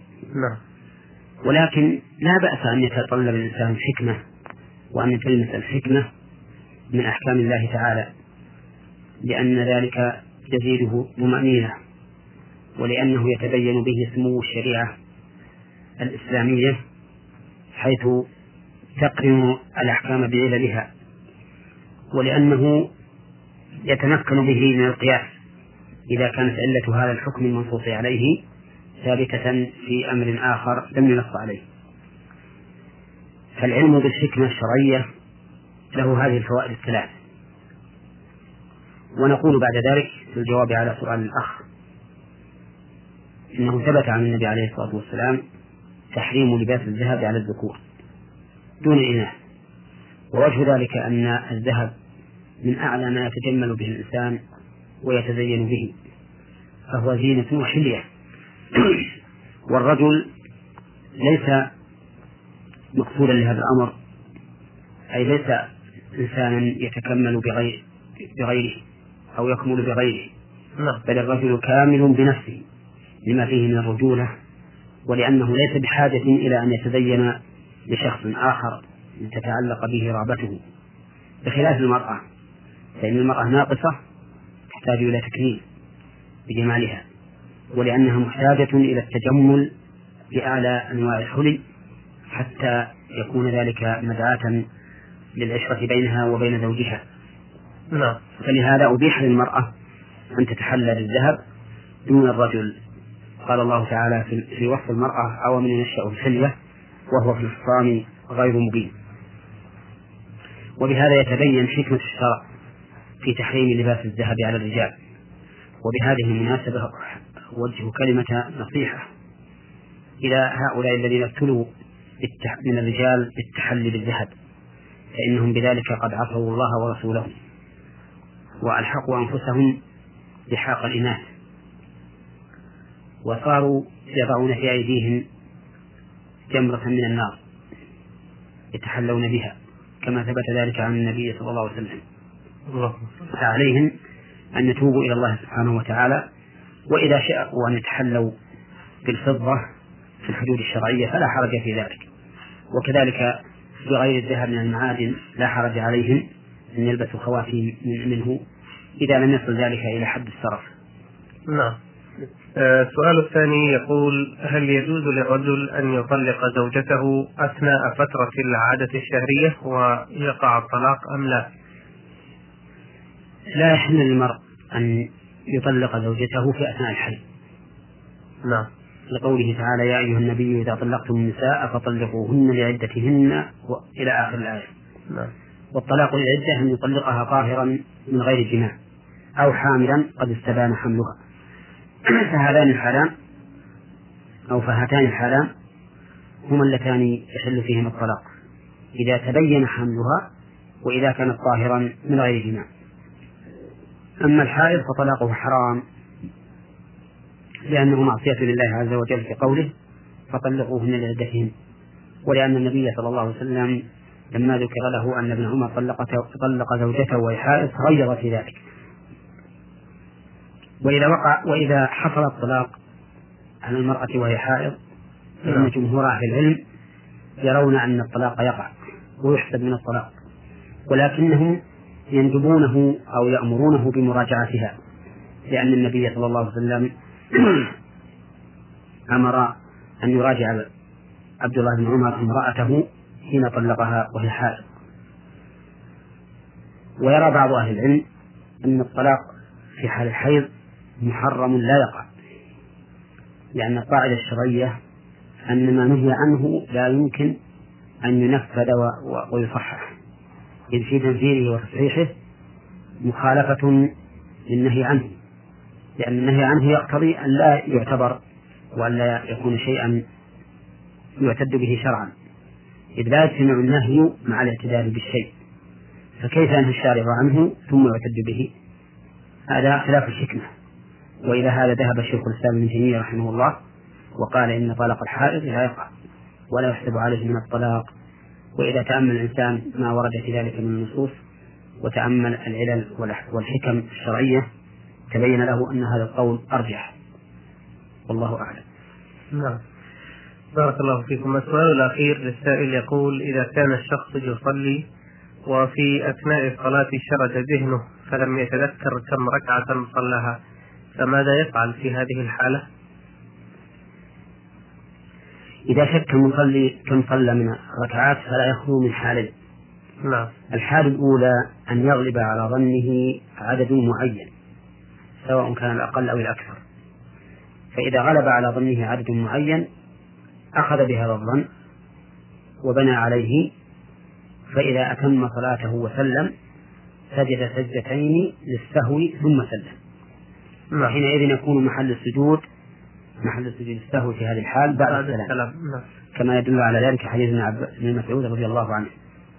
ولكن لا بأس أن يتطلب الإنسان الحكمة وأن تلمس الحكمة من أحكام الله تعالى، لأن ذلك يزيده طمأنينة، ولأنه يتبين به سمو الشريعة الإسلامية حيث تقرن الأحكام بعللها، ولأنه يتمكن به من القياس إذا كانت علة هذا الحكم المنصوص عليه ثابتة في أمر آخر لم ينص عليه. فالعلم بالحكمة الشرعية له هذه الفوائد الثلاث. ونقول بعد ذلك في الجواب على سؤال الأخ إنه ثبت عن النبي عليه الصلاة والسلام تحريم لباس الذهب على الذكور دون إناث، ووجه ذلك أن الذهب من أعلى ما يتجمل به الإنسان ويتزين به، فهو زينة وحلية. والرجل ليس مقصودا لهذا الأمر، أي ليس إنسانا يتكمل بغير بغيره أو يكمل بغيره، بل الرجل كامل بنفسه لما فيه من الرجولة، ولأنه ليس بحاجة إلى أن يتزين لشخص آخر تتعلق به رغبته، بخلاف المرأة، فإن المرأة ناقصة تحتاج إلى تكميل بجمالها، ولأنها محتاجة إلى التجمل بأعلى أنواع الحلي حتى يكون ذلك مدعاة للعشرة بينها وبين زوجها. نعم. فلهذا أبيح للمرأة أن تتحلى بالذهب دون الرجل. قال الله تعالى في وصف المرأة: أو من ينشأ الحلية وهو في الخصام غير مبين. وبهذا يتبين حكمة الشرع في تحريم لباس الذهب على الرجال. وبهذه المناسبة أوجه كلمة نصيحة إلى هؤلاء الذين ابتلوا من الرجال بالتحلي بالذهب، فإنهم بذلك قد عصوا الله ورسوله وألحقوا أنفسهم بحاق الإناث، وصاروا يضعون في أيديهم جمرة من النار يتحلون بها، كما ثبت ذلك عن النبي صلى الله عليه وسلم. فعليهم أن يتوبوا إلى الله سبحانه وتعالى، وإذا شاءوا أن يتحلوا بالفضة في الحدود الشرعية فلا حرج في ذلك، وكذلك بغير الذهب من المعادن لا حرج عليهم أن يلبسوا خواتيم منه إذا لم يصل ذلك إلى حد السرف. نعم. السؤال الثاني يقول: هل يجوز للرجل أن يطلق زوجته أثناء فترة العادة الشهرية ويقع الطلاق أم لا؟ لا يحل للمرء أن يطلق زوجته في أثناء الحيض. نعم. لقوله تعالى: يا أيها النبي إذا طلقتم النساء فطلقوهن لعدتهن إلى آخر الآية. نعم. والطلاق للعدة أن يطلقها طاهرا من غير جماع أو حاملا قد استبان حملها. فهذان الحالان أو فهاتان الحالان هما اللتان يحل فيهما الطلاق، إذا تبين حملها وإذا كانت طاهرا من غير جماع. أما الحائض فطلاقه حرام لأنه معصية لله عز وجل في قوله فطلقوهن لعدتهن، ولأن النبي صلى الله عليه وسلم لما ذكر له أن ابن عمر طلق زوجته وهي حائض تغير في ذلك. وإذا وقع وإذا حصل الطلاق على المرأة وهي حائض فإن جمهور أهل العلم يرون أن الطلاق يقع ويحسب من الطلاق، ولكنهم يندبونه أو يأمرونه بمراجعتها، لأن النبي صلى الله عليه وسلم أمر أن يراجع عبد الله بن عمر امرأته حين طلقها وهي حائض. ويرى بعض أهل العلم أن الطلاق في حال الحيض محرم لا يقع، لأن القاعدة الشرعية أن ما نهي عنه لا يمكن أن ينفذ ويصحح، إذ في تنفيذه وتصحيحه مخالفة للنهي عنه، لأن النهي عنه يقتضي أن لا يعتبر وأن لا يكون شيئا يعتد به شرعا، إذ لا يجتمع النهي مع الاعتدال بالشيء، فكيف ينهى الشارع عنه ثم يعتد به؟ هذا خلاف الحكمة. وإلى هذا ذهب الشيخ الإسلام ابن تيمية رحمه الله وقال إن طلاق الحائض لا يقع ولا يحسب عليه من الطلاق. وإذا تأمل الإنسان ما ورد في ذلك من النصوص وتأمل العلل والحكم الشرعية تبين له أن هذا القول أرجح، والله أعلم. نعم، بارك الله فيكم. السؤال الأخير للسائل يقول: إذا كان الشخص يصلي وفي أثناء الصلاة شرد ذهنه فلم يتذكر كم ركعة صلىها، فماذا يفعل في هذه الحالة؟ إذا شك المصلي كم صلى من الركعات فلا يخلو من حالين. نعم. الحالة الأولى أن يغلب على ظنه عدد معين سواء كان الأقل أو الأكثر، فإذا غلب على ظنه عدد معين أخذ بهذا الظن وبنى عليه، فإذا أتم صلاته وسلم سجد سجدتين للسهو ثم سلم، وحينئذ يكون محل السجود محل السجود السهو في هذه الحال بعد السلام، كما يدل على ذلك حديث ابن مسعود رضي الله عنه.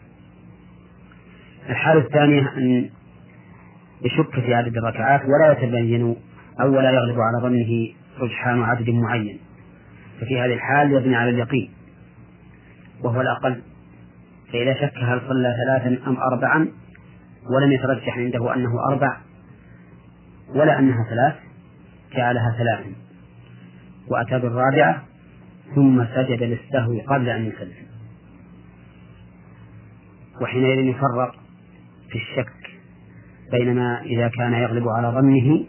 الحالة الثانية أن يشك في عدد الركعات ولا يتبين أو ولا يغلب على ظنه رجحان عدد معين، ففي هذه الحال يبني على اليقين وهو الأقل، فإذا شك هل صلى ثلاثا أم أربعا ولم يترجح عنده أنه أربع ولا أنها ثلاث جعلها ثلاثا وأتى بالرابعة ثم سجد للسهو قبل أن يسلم، وحينئذ يفرق في الشك بينما إذا كان يغلب على ظنه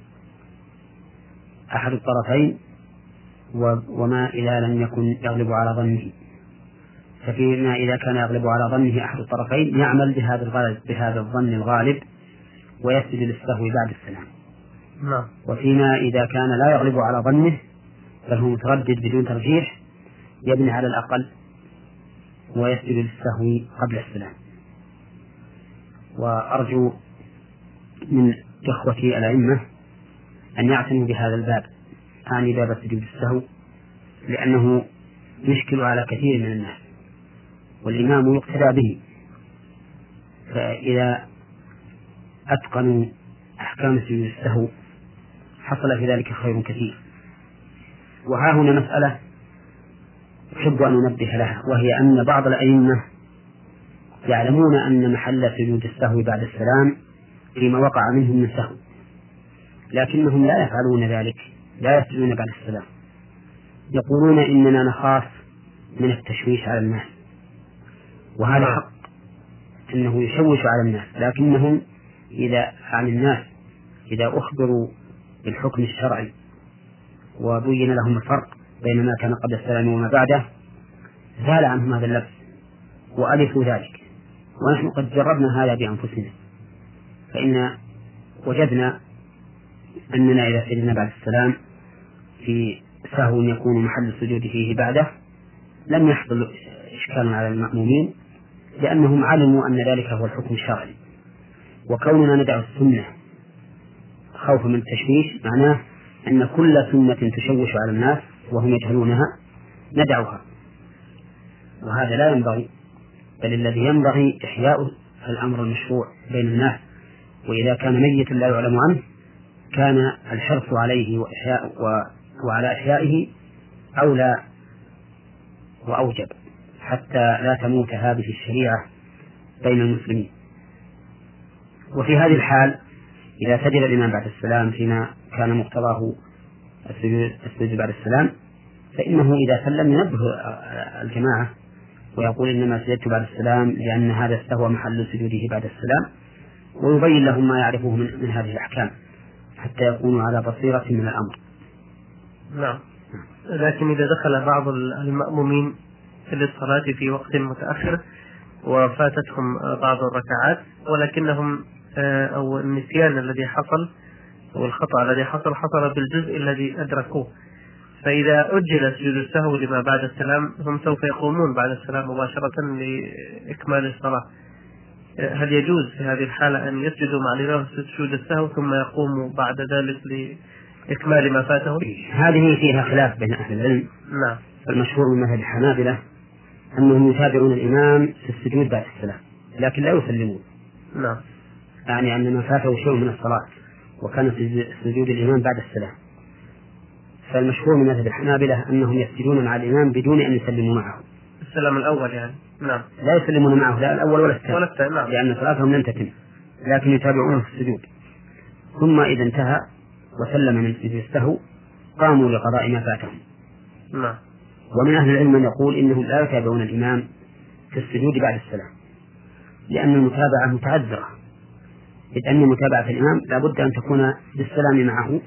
أحد الطرفين وما إذا لم يكن يغلب على ظنه. ففيما إذا كان يغلب على ظنه أحد الطرفين يعمل بهذا الغالب بهذا الظن الغالب ويسجد للسهو بعد السلام. نعم. وفيما إذا كان لا يغلب على ظنه بل هو متردد بدون ترجيح يبني على الأقل ويسجد للسهو قبل السلام. وأرجو من إخوتي الأئمة أن يعتنوا بهذا الباب، أعني باب سجود السهو، لأنه يشكل على كثير من الناس والإمام يقتدى به، فإذا أتقنوا أحكام سجود السهو حصل في ذلك خير كثير. وها هنا مسألة أحب أن أنبه لها، وهي أن بعض الأئمة يعلمون أن محل سجود السهو بعد السلام فيما وقع منهم من سهو، لكنهم لا يفعلون ذلك، لا يسجدون بعد السلام، يقولون إننا نخاف من التشويش على الناس، وهذا حق أنه يشوش على الناس، لكنهم إذا عن الناس إذا أخبروا بالحكم الشرعي وبين لهم الفرق بين ما كان قبل السلام وما بعده زال عنهم هذا اللبس وألفوا ذلك. ونحن قد جربنا هذا بأنفسنا، فإن وجدنا أننا إذا سجدنا بعد السلام في سهو يكون محل السجود فيه بعده لم يحصل إشكال على المأمومين، لأنهم علموا أن ذلك هو الحكم الشرعي. وكوننا ندع السنة خوفا من التشويش معناه أن كل سنة تشوش على الناس وهم يجهلونها ندعها، وهذا لا ينبغي، بل الذي ينبغي إحياء الأمر المشروع بين الناس، وإذا كان ميت لا يعلم عنه كان الحرص عليه وإحياء وعلى إحيائه أولى وأوجب حتى لا تموت هذه الشريعة بين المسلمين. وفي هذه الحال إذا سجد الإمام بعد السلام فيما كان مقتضاه السجود بعد السلام، فإنه إذا سلم ينبه الجماعة ويقول إنما سجدت بعد السلام لأن هذا استوى محل سجوده بعد السلام، ويبين لهم ما يعرفه من, من هذه الأحكام حتى يكونوا على بصيرة من الأمر. نعم. لكن إذا دخل بعض المأمومين للصلاة في وقت متأخر وفاتتهم بعض الركعات، ولكنهم أو النسيان الذي حصل أو الخطأ الذي حصل حصل بالجزء الذي أدركوه، فإذا أجل سجود السهو لما بعد السلام هم سوف يقومون بعد السلام مباشرة لإكمال الصلاة، هل يجوز في هذه الحالة أن يسجدوا مع الإمام سجود السهو ثم يقوموا بعد ذلك لإكمال ما فاتهم؟ هذه فيها خلاف بين أهل العلم. نعم. المشهور من مذهب الحنابلة أنهم يتابعون الإمام في السجود بعد السلام لكن لا يسلمون. نعم. يعني أن ما فاته شيء من الصلاة وكان سجود الإمام بعد السلام، فالمشهور من مذهب الحنابلة أنهم يسجدون مع الإمام بدون أن يسلموا معه. السلام الأول يعني. نعم. لا يسلمون معه لا الأول ولا الثاني، ولا الثاني. نعم. لأن صلاتهم لم تتم، لكن يتابعونه في السجود، ثم إذا انتهى وسلم من سجود السهو قاموا لقضاء ما فاتهم. نعم. ومن أهل العلم من يقول إنهم لا يتابعون الإمام في السجود بعد السلام، لأن المتابعة متعذرة، إذ أن متابعة الإمام لا بد أن تكون بالسلام معه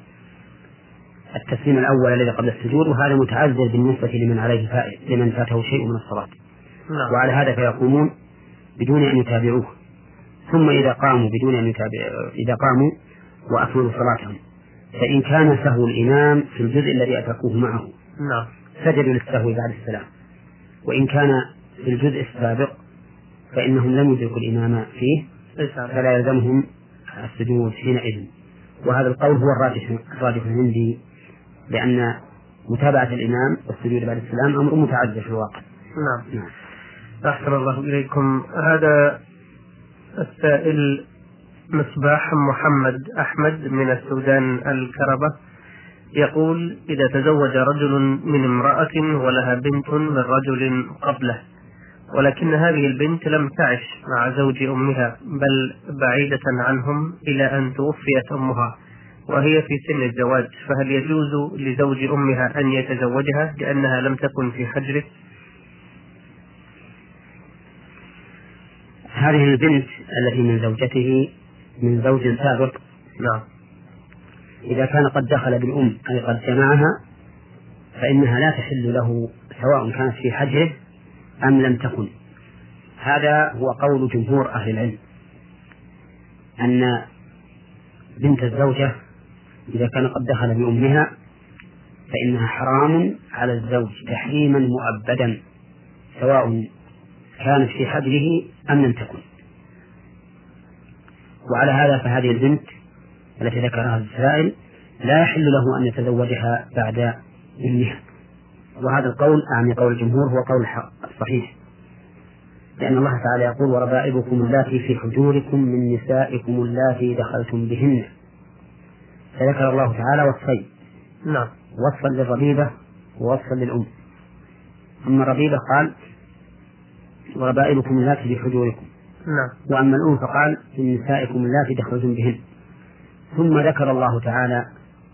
التسليم الأول الذي قبل السجود، وهذا متعذر بالنسبة لمن عليه فائد لمن فاته شيء من الصلاة. نعم. وعلى هذا فيقومون بدون أن يتابعوه، ثم إذا قاموا بدون أن يتابعوا إذا قاموا وأكملوا صلاتهم، فإن كان سهو الإمام في الجزء الذي أتركوه معه نعم سجدوا للسهو بعد السلام، وإن كان في الجزء السابق فإنهم لم يدركوا الإمام فيه فلا يلزمهم السجود حينئذ. وهذا القول هو الراجح الراجح عندي، لأن متابعة الإمام والسجود بعد السلام أمر متعذر في الواقع. نعم. نعم. أحسن الله إليكم. هذا السائل مصباح محمد أحمد من السودان الكربة يقول: إذا تزوج رجل من امرأة ولها بنت من رجل قبله، ولكن هذه البنت لم تعش مع زوج أمها بل بعيدة عنهم إلى أن توفيت أمها وهي في سن الزواج، فهل يجوز لزوج أمها أن يتزوجها لأنها لم تكن في حجره؟ هذه البنت التي من زوجته من زوج سابق، نعم، إذا كان قد دخل بالأم أي قد جمعها فإنها لا تحل له سواء كانت في حجره أم لم تكن. هذا هو قول جمهور أهل العلم، أن بنت الزوجة إذا كان قد دخل بأمها فإنها حرام على الزوج تحريما مؤبدا سواء كانت في حجره أم لم تكن. وعلى هذا فهذه البنت التي ذكرها السائل لا يحل له أن يتزوجها بعد أمها، وهذا القول أعني قول الجمهور هو قول صحيح، لأن الله تعالى يقول: وربائبكم اللاتي في حجوركم من نسائكم اللاتي دخلتم بهن، فذكر الله تعالى وصفين، نعم، وصفا للربيبة ووصفا للأم. أما الربيبة قال: وربائبكم اللاتي في حجوركم، نعم، وأما الأم فقال: من نسائكم اللاتي دخلتم بهن. ثم ذكر الله تعالى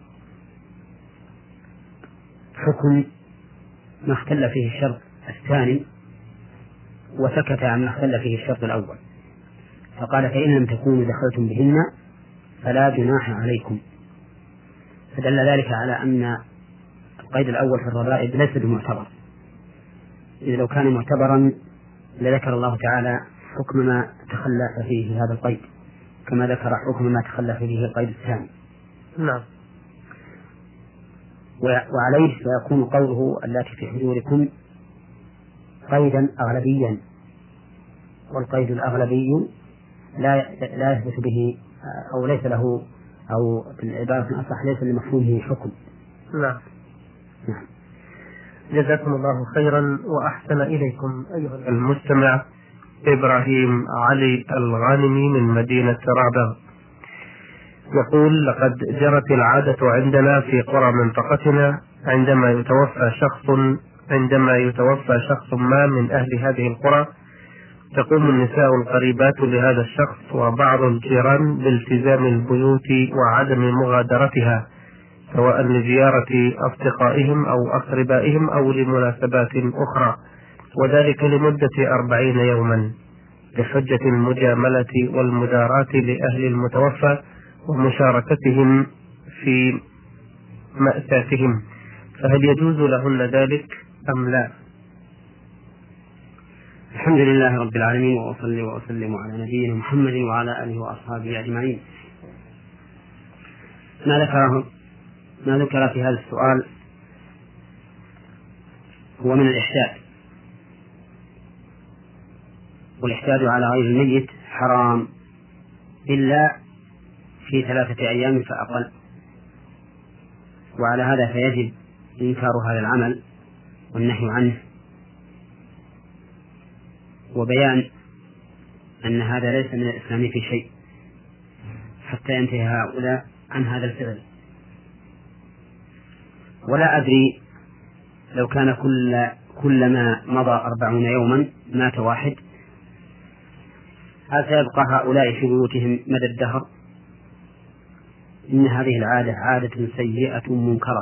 حكم ما اختل فيه الشرط الثاني وسكت عن ما اختل فيه الشرط الأول، فقال: فإن لم تكونوا دخلتم بهن فلا جناح عليكم. فدل ذلك على أن القيد الأول في الربائب ليس بمعتبر، إذ لو كان معتبرا لذكر الله تعالى حكم ما تخلف فيه هذا القيد كما ذكر حكم ما تخلف فيه القيد الثاني. نعم. وعليه فيكون قوله التي في حجوركم قيدا أغلبيا، والقيد الأغلبي لا لا يثبت به أو ليس له، أو بالعبارة الأصح ليس لمفهومه حكم. نعم. نعم. جزاكم الله خيرا وأحسن إليكم أيها المستمع. إبراهيم علي الغانمي من مدينة رابغ يقول: لقد جرت العادة عندنا في قرى منطقتنا عندما يتوفى شخص عندما يتوفى شخص ما من أهل هذه القرى تقوم النساء القريبات لهذا الشخص وبعض الجيران بالتزام البيوت وعدم مغادرتها، سواء لزيارة أصدقائهم أو أقربائهم أو لمناسبات أخرى، وذلك لمدة أربعين يوما بحجة المجاملة والمداراة لأهل المتوفى ومشاركتهم في مأساتهم، فهل يجوز لهن ذلك أم لا؟ الحمد لله رب العالمين، وأصلي وأسلم على نبينا محمد وعلى آله وأصحابه أجمعين. ما ذكره ما ذكر في هذا السؤال هو من الإحساد، والإحساد على غير الميت حرام إلا في ثلاثة أيام فأقل، وعلى هذا فيجب إنكار هذا العمل والنهي عنه، وبيان أن هذا ليس من الإسلام في شيء حتى ينتهي هؤلاء عن هذا الفعل. ولا أدري لو كان كل كلما مضى أربعون يوما مات واحد، هل سيبقى هؤلاء في بيوتهم مدى الدهر؟ إن هذه العادة عادة سيئة منكرة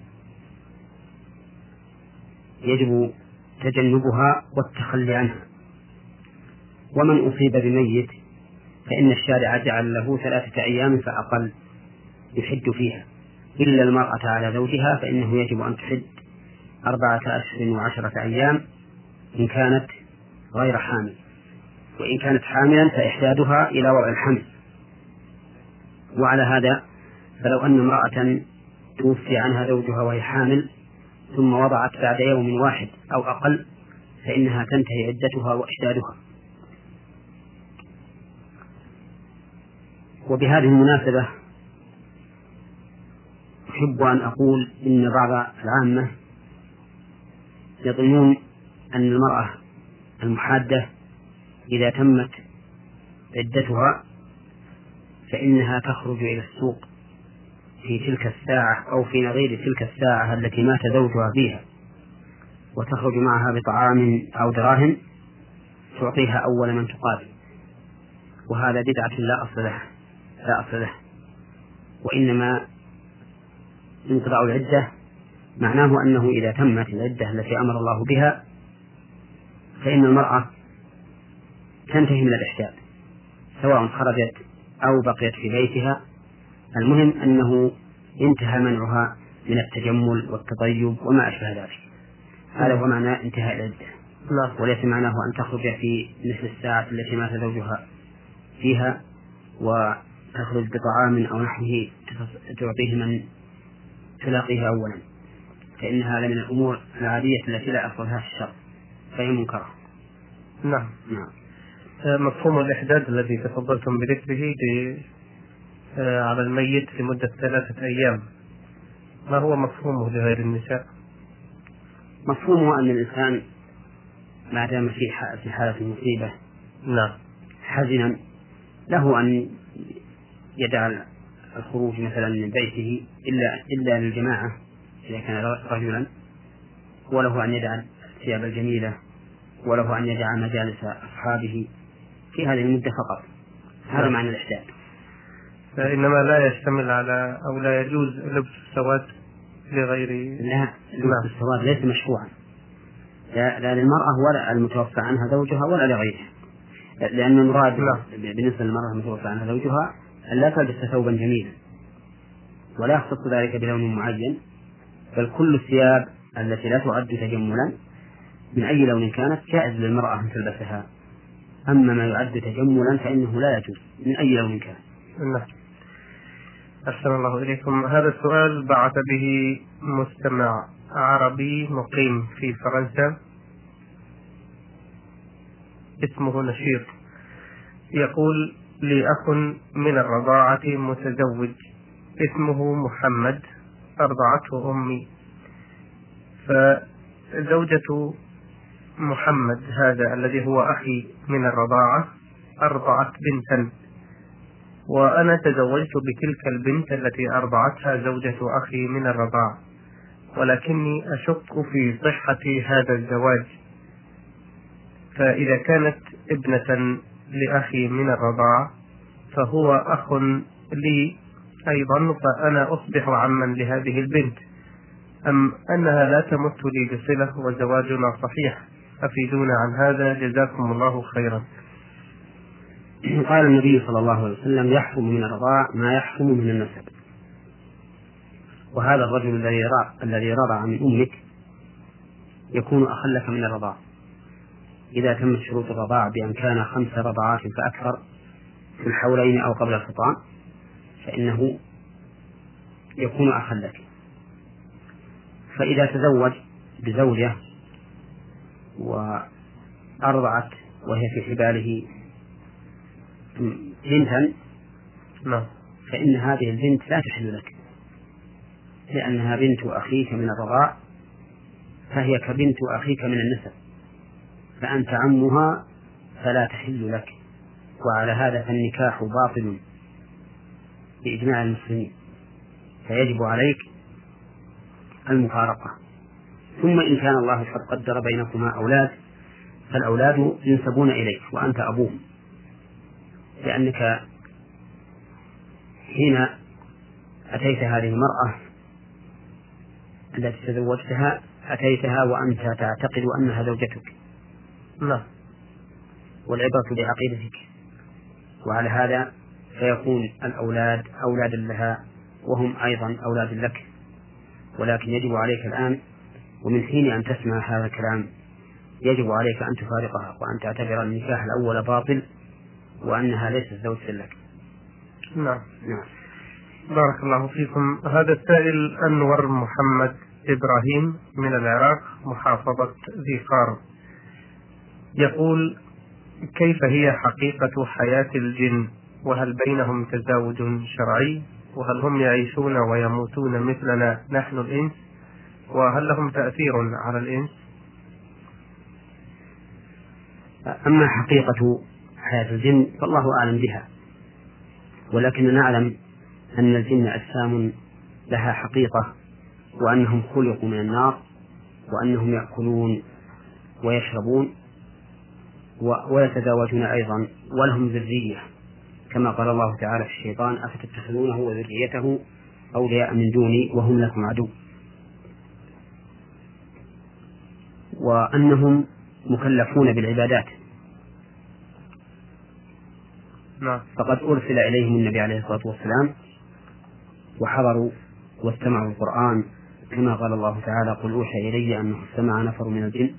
يجب تجنبها والتخلي عنها. ومن أصيب بميت فإن الشارع جعل له ثلاثة أيام فأقل يحد فيها، إلا المرأة على زوجها فإنه يجب أن تحد أربعة أشهر وعشرة أيام إن كانت غير حامل، وإن كانت حاملا فإحدادها إلى وضع الحمل. وعلى هذا فلو أن امرأة توفي عنها زوجها وهي حامل ثم وضعت بعد يوم واحد أو أقل فإنها تنتهي عدتها وإحدادها. وبهذه المناسبة أحب أن أقول إن بعض العامة يظنون أن المرأة المحادة إذا تمت عدتها فإنها تخرج إلى السوق في تلك الساعة أو في نظير تلك الساعة التي مات زوجها فيها، وتخرج معها بطعام أو دراهم تعطيها أول من تقابل، وهذا بدعة لا أصل له لا أصل له وإنما انقضاء العدة معناه أنه إذا تمت العدة التي أمر الله بها فإن المرأة تنتهي من الإحداد سواء خرجت أو بقيت في بيتها، المهم أنه انتهى منعها من التجمل والتطيب وما أشبه ذلك. هذا هو معنى انتهاء العدة، وليس معناه أن تخرج في مثل الساعة التي مات زوجها فيها وتخرج بطعام أو نحوه تعطيه من تلاقيه أولا، فإن هذا من الأمور العادية التي لا أصلها في الشرع فهي منكرة. نعم. نعم. مفهوم الإحداد الذي تفضلتم بذكره على الميت لمدة ثلاثة أيام، ما هو مفهومه لغير النساء؟ مفهومه أن الإنسان ما دام في حالة المصيبة نعم حزنا له أن يدع الخروج مثلا من بيته إلا إلا للجماعة إذا كان رجلا، وله أن يدع الثياب الجميلة، وله أن يدع مجالس أصحابه في هذه المدة فقط. هذا معنى الإحداد. فإنما لا يشتمل على أو لا يجوز لبس السواد لغير لا لبس السواد ليس مشروعا لا, لا للمرأة ولا المتوفى عنها زوجها ولا لغيرها، لأن المراد بالنسبة للمرأة المتوفى عنها زوجها أن لا تلبس ثوبا جميلا ولا يختص ذلك بلون معين، بل كل الثياب التي لا تعد تجملا من أي لون كانت جائز للمرأة أن تلبسها، أما ما يعد تجملا فإنه لا يجوز من أي لون كان. نعم. أحسن الله إليكم. هذا السؤال بعث به مستمع عربي مقيم في فرنسا اسمه نشيط، يقول: لي أخ من الرضاعة متزوج اسمه محمد، أرضعته أمي، فزوجة محمد هذا الذي هو أخي من الرضاعة أرضعت بنتا، وأنا تزوجت بتلك البنت التي أرضعتها زوجة أخي من الرضاعة، ولكني أشك في صحة هذا الزواج، فإذا كانت ابنة لأخي من الرضاعة فهو أخ لي أيضا، فأنا أصبح عما لهذه البنت، أم أنها لا تمت لي بصلة وزواجنا صحيح؟ أفيدونا عن هذا جزاكم الله خيرا. قال النبي صلى الله عليه وسلم: يحرم من الرضاع ما يحرم من النسب. وهذا الرجل الذي الذي رضع من أمك يكون أخا لك من الرضاع إذا تمت شروط الرضاع بأن كان خمس رضعات فأكثر في الحولين أو قبل الخطام، فإنه يكون أخا لك. فإذا تزوج بزوجة وأرضعت وهي في حباله بنتا فإن هذه البنت لا تحل لك، لأنها بنت أخيك من الرضاع، فهي كبنت أخيك من النسب، فأنت عمها فلا تحل لك. وعلى هذا فالنكاح باطل بإجماع المسلمين، فيجب عليك المفارقة. ثم إن كان الله قد قدر بينكما أولاد فالأولاد ينسبون إليك وأنت أبوهم، لأنك حين أتيت هذه المرأة التي تزوجتها أتيتها وأنت تعتقد أنها زوجتك، لا، والعبرة بعقيدتك، وعلى هذا فيكون الأولاد أولادا لها وهم أيضا أولاد لك. ولكن يجب عليك الآن ومن حين أن تسمع هذا الكلام يجب عليك أن تفارقها وأن تعتبر النكاح الأول باطل وأنها ليست زوجة لك. نعم. نعم. بارك الله فيكم. هذا السائل أنور محمد إبراهيم من العراق محافظة ذي قار يقول: كيف هي حقيقة حياة الجن؟ وهل بينهم تزاوج شرعي؟ وهل هم يعيشون ويموتون مثلنا نحن الإنس؟ وهل لهم تأثير على الإنس؟ أما حقيقة حياة الجن فالله أعلم بها، ولكن نعلم أن الجن أجسام لها حقيقة، وأنهم خلقوا من النار، وأنهم يأكلون ويشربون ويتزاوجون أيضا، ولهم ذرية، كما قال الله تعالى في الشيطان: أفتتخذونه وذريته أولياء من دوني وهم لكم عدو. وأنهم مكلفون بالعبادات، فقد أرسل إليهم النبي عليه الصلاة والسلام وحضروا واستمعوا القرآن، كما قال الله تعالى: قل أوحي إلي أنه استمع نفر من الجن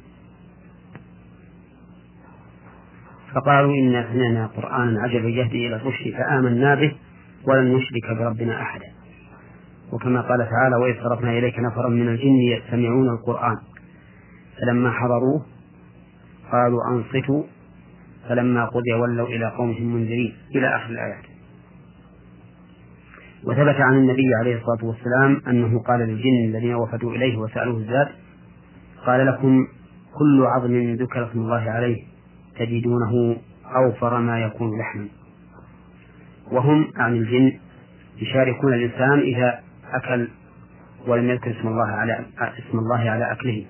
فقالوا إنا سمعنا قرآنا عجبا يهدي إلى الرشد فآمنا به ولن نشرك بربنا أحدا. وكما قال تعالى: وإذ صرفنا إليك نفرا من الجن يستمعون القرآن فلما حضروه قالوا أنصتوا فلما قضي ولوا إلى قومهم منذرين، إلى آخر الآيات. وثبت عن النبي عليه الصلاة والسلام أنه قال للجن الذين وفدوا إليه وسألوه الزاد: قال لكم كل عظم ذكر اسم الله عليه تجدونه أوفر ما يكون لحما. وهم عن الجن يشاركون الإنسان إذا أكل ولم يذكر اسم الله على اسم الله على أكله،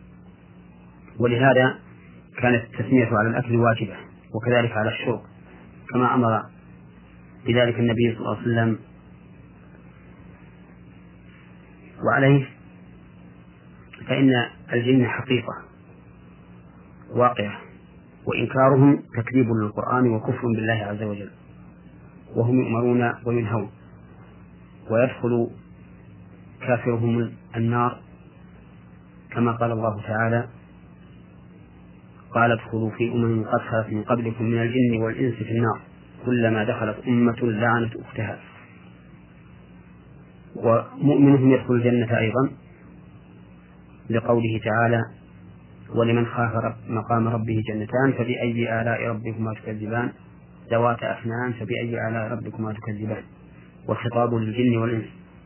ولهذا كانت التسمية على الأكل واجبة، وكذلك على الشرب، كما أمر بذلك النبي صلى الله عليه وسلم. وعليه فإن الجن حقيقة واقعة، وإنكارهم تكذيب للقرآن وكفر بالله عز وجل، وهم يؤمرون وينهون، ويدخل كافرهم النار كما قال الله تعالى: قال ادخلوا في أمم قد خلت من قبلكم من الجن والإنس في النار كلما دخلت أمة لعنت أختها. ومؤمنهم يدخل الجنة أيضا لقوله تعالى: ولمن خاف رب مقام ربه جنتان فبأي آلاء ربكما تكذبان ذوات أفنان فبأي آلاء ربكما تكذبان. والخطاب للجن والإنس.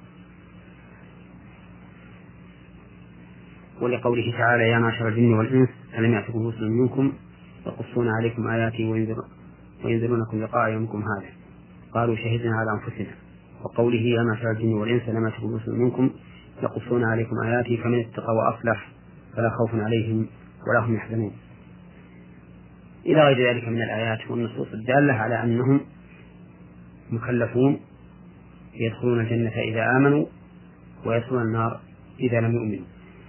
ولقوله تعالى يا معشر الجن والإنس ألم يأتكم رسل منكم يقصون عليكم آياتي وينذرونكم لقاء يومكم هذا قالوا شهدنا على أنفسنا. وقوله يا معشر الجن والإنس ألم يأتكم رسل منكم يقصون عليكم آياتي فمن اتقى وأصلح فلا خوف عليهم ولا هم يحزنون، إلى غير ذلك من الآيات والنصوص الدالة على أنهم مكلفون يدخلون الجنة إذا آمنوا ويدخلون النار إذا لم يؤمنوا.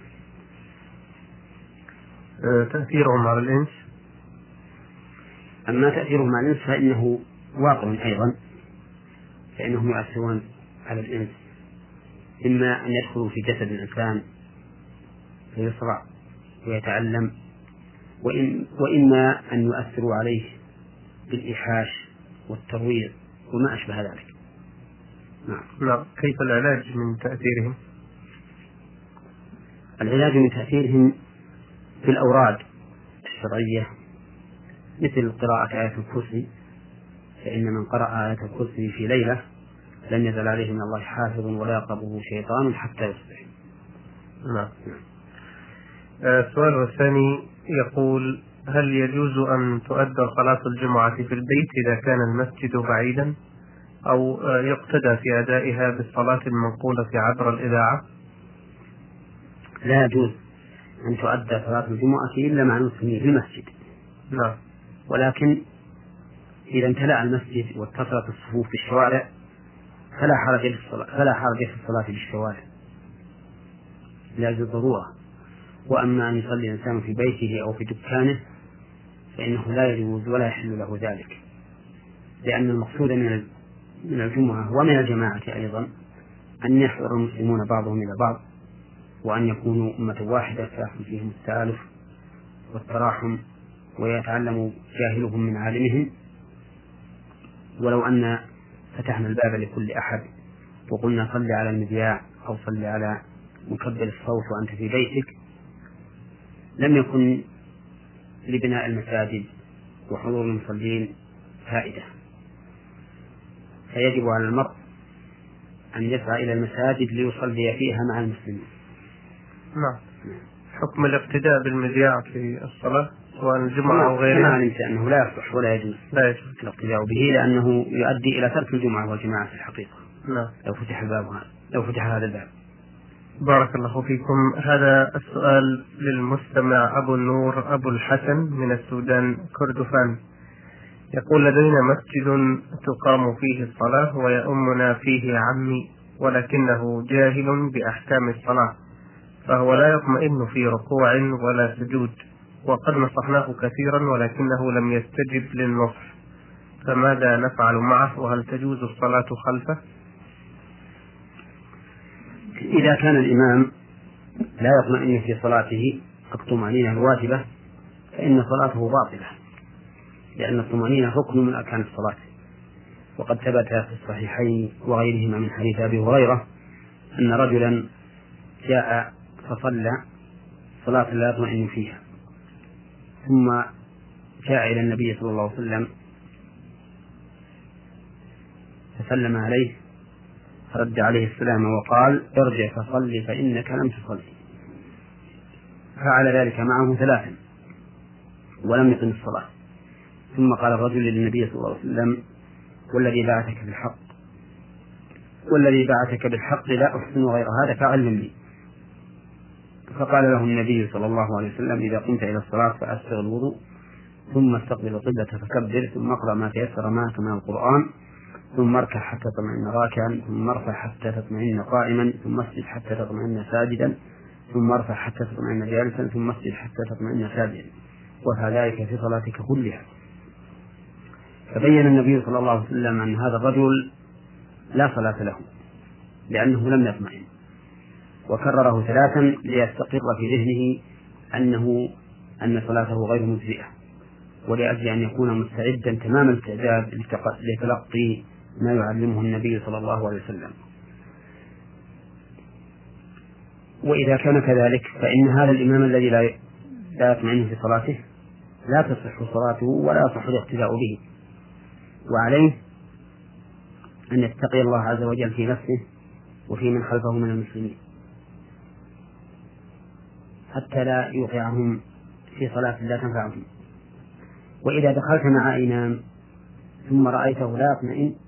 تأثيرهم على الإنس. أما تأثيرهم على الإنس فإنه واقع أيضا، فإنهم يؤثرون على الإنس إما أن يدخلوا في جسد الإنسان فيصرع ويتعلم، وإن وإما أن يؤثروا عليه بالإيحاش والترويع وما أشبه ذلك. نعم. نعم. كيف العلاج من تأثيرهم؟ العلاج من تأثيرهم في الأوراد الشرعية مثل قراءة آية الكرسي، فإن من قرأ آية الكرسي في ليلة لم يزل عليه من الله حافظ ولا يقربه شيطان حتى يصبح. نعم. السؤال الثاني يقول هل يجوز أن تؤدى صلاة الجمعة في البيت إذا كان المسجد بعيدا أو يقتدى في أدائها بالصلاة المنقولة عبر الإذاعة؟ لا يجوز أن تؤدى صلاة الجمعة إلا مع المسلمين في المسجد. نعم. ولكن إذا امتلأ المسجد واتصلت الصفوف في الشوارع فلا حرج في الصلاة فلا حرج في الصلاة بالشوارع لأجل الضرورة. وأما أن يصلي الإنسان في بيته أو في دكانه فإنه لا يجوز ولا يحل له ذلك، لأن المقصود من الجمعة ومن الجماعة أيضا أن يحضر المسلمون بعضهم إلى بعض وأن يكونوا أمة واحدة فيحصل فيهم التآلف والتراحم ويتعلم جاهلهم من عالمهم. ولو أن فتحنا الباب لكل أحد وقلنا صل على المذياع أو صل على مكبر الصوت وأنت في بيتك لم يكن لبناء المساجد وحضور المصلين فائدة، فيجب على المرء أن يسعى إلى المساجد ليصلي فيها مع المسلمين. نعم. حكم الاقتداء بالمذياع في الصلاة سواء الجمعة أو غيرها؟ نعم، أنه لا يصح ولا يجوز لا يجوز الاقتداء به لأنه يؤدي إلى ترك الجمعة والجماعة في الحقيقة. نعم. لو فتح الباب لو فتح هذا الباب. بارك الله فيكم. هذا السؤال للمستمع أبو النور أبو الحسن من السودان كردفان، يقول لدينا مسجد تقام فيه الصلاة ويؤمنا فيه عمي ولكنه جاهل بأحكام الصلاة، فهو لا يطمئن في ركوع ولا سجود، وقد نصحناه كثيرا ولكنه لم يستجب للنصح، فماذا نفعل معه وهل تجوز الصلاة خلفه؟ إذا كان الإمام لا يطمئن في صلاته الطمأنينة الواجبة فإن صلاته باطلة، لأن الطمأنينة ركن من أركان الصلاة. وقد ثبت في الصحيحين وغيرهما من حديث أبي هريرة أن رجلا جاء فصلى صلاة لا يطمئن فيها ثم جاء إلى النبي صلى الله عليه وسلم فسلم عليه فرد عليه السلام وقال ارجع فصلي فإنك لم تصلي. فعل ذلك معه ثلاثا ولم يقم الصلاة، ثم قال الرجل للنبي صلى الله عليه وسلم والذي بعثك بالحق والذي بعثك بالحق لا أحسن غير هذا فعلم لي. فقال له النبي صلى الله عليه وسلم إذا قمت إلى الصلاة فأسبغ الوضوء ثم استقبل القبلة فكبر ثم اقرأ ما تيسر معك من القرآن ثم اركع حتى تطمئن راكعا ثم ارفع حتى تطمئن قائما ثم اسجد حتى تطمئن ساجدا ثم ارفع حتى تطمئن جالسا ثم اسجد حتى تطمئن ساجدا وفعل ذلك في صلاتك كلها. فبين النبي صلى الله عليه وسلم أن هذا الرجل لا صلاة له لأنه لم يطمئن، وكرره ثلاثا ليستقر في ذهنه أنه أن صلاته غير مجزئة، ولأجل أن يكون مستعدا تمام الاستعداد لتلقي ما يعلمه النبي صلى الله عليه وسلم. وإذا كان كذلك فإن هذا الإمام الذي لا لا يطمئن في صلاته لا تصح صلاته ولا يصح الاقتداء به، وعليه أن يتقي الله عز وجل في نفسه وفي من خلفه من المسلمين حتى لا يوقعهم في صلاة لا تنفعهم. وإذا دخلت مع إمام ثم رأيته لا يطمئن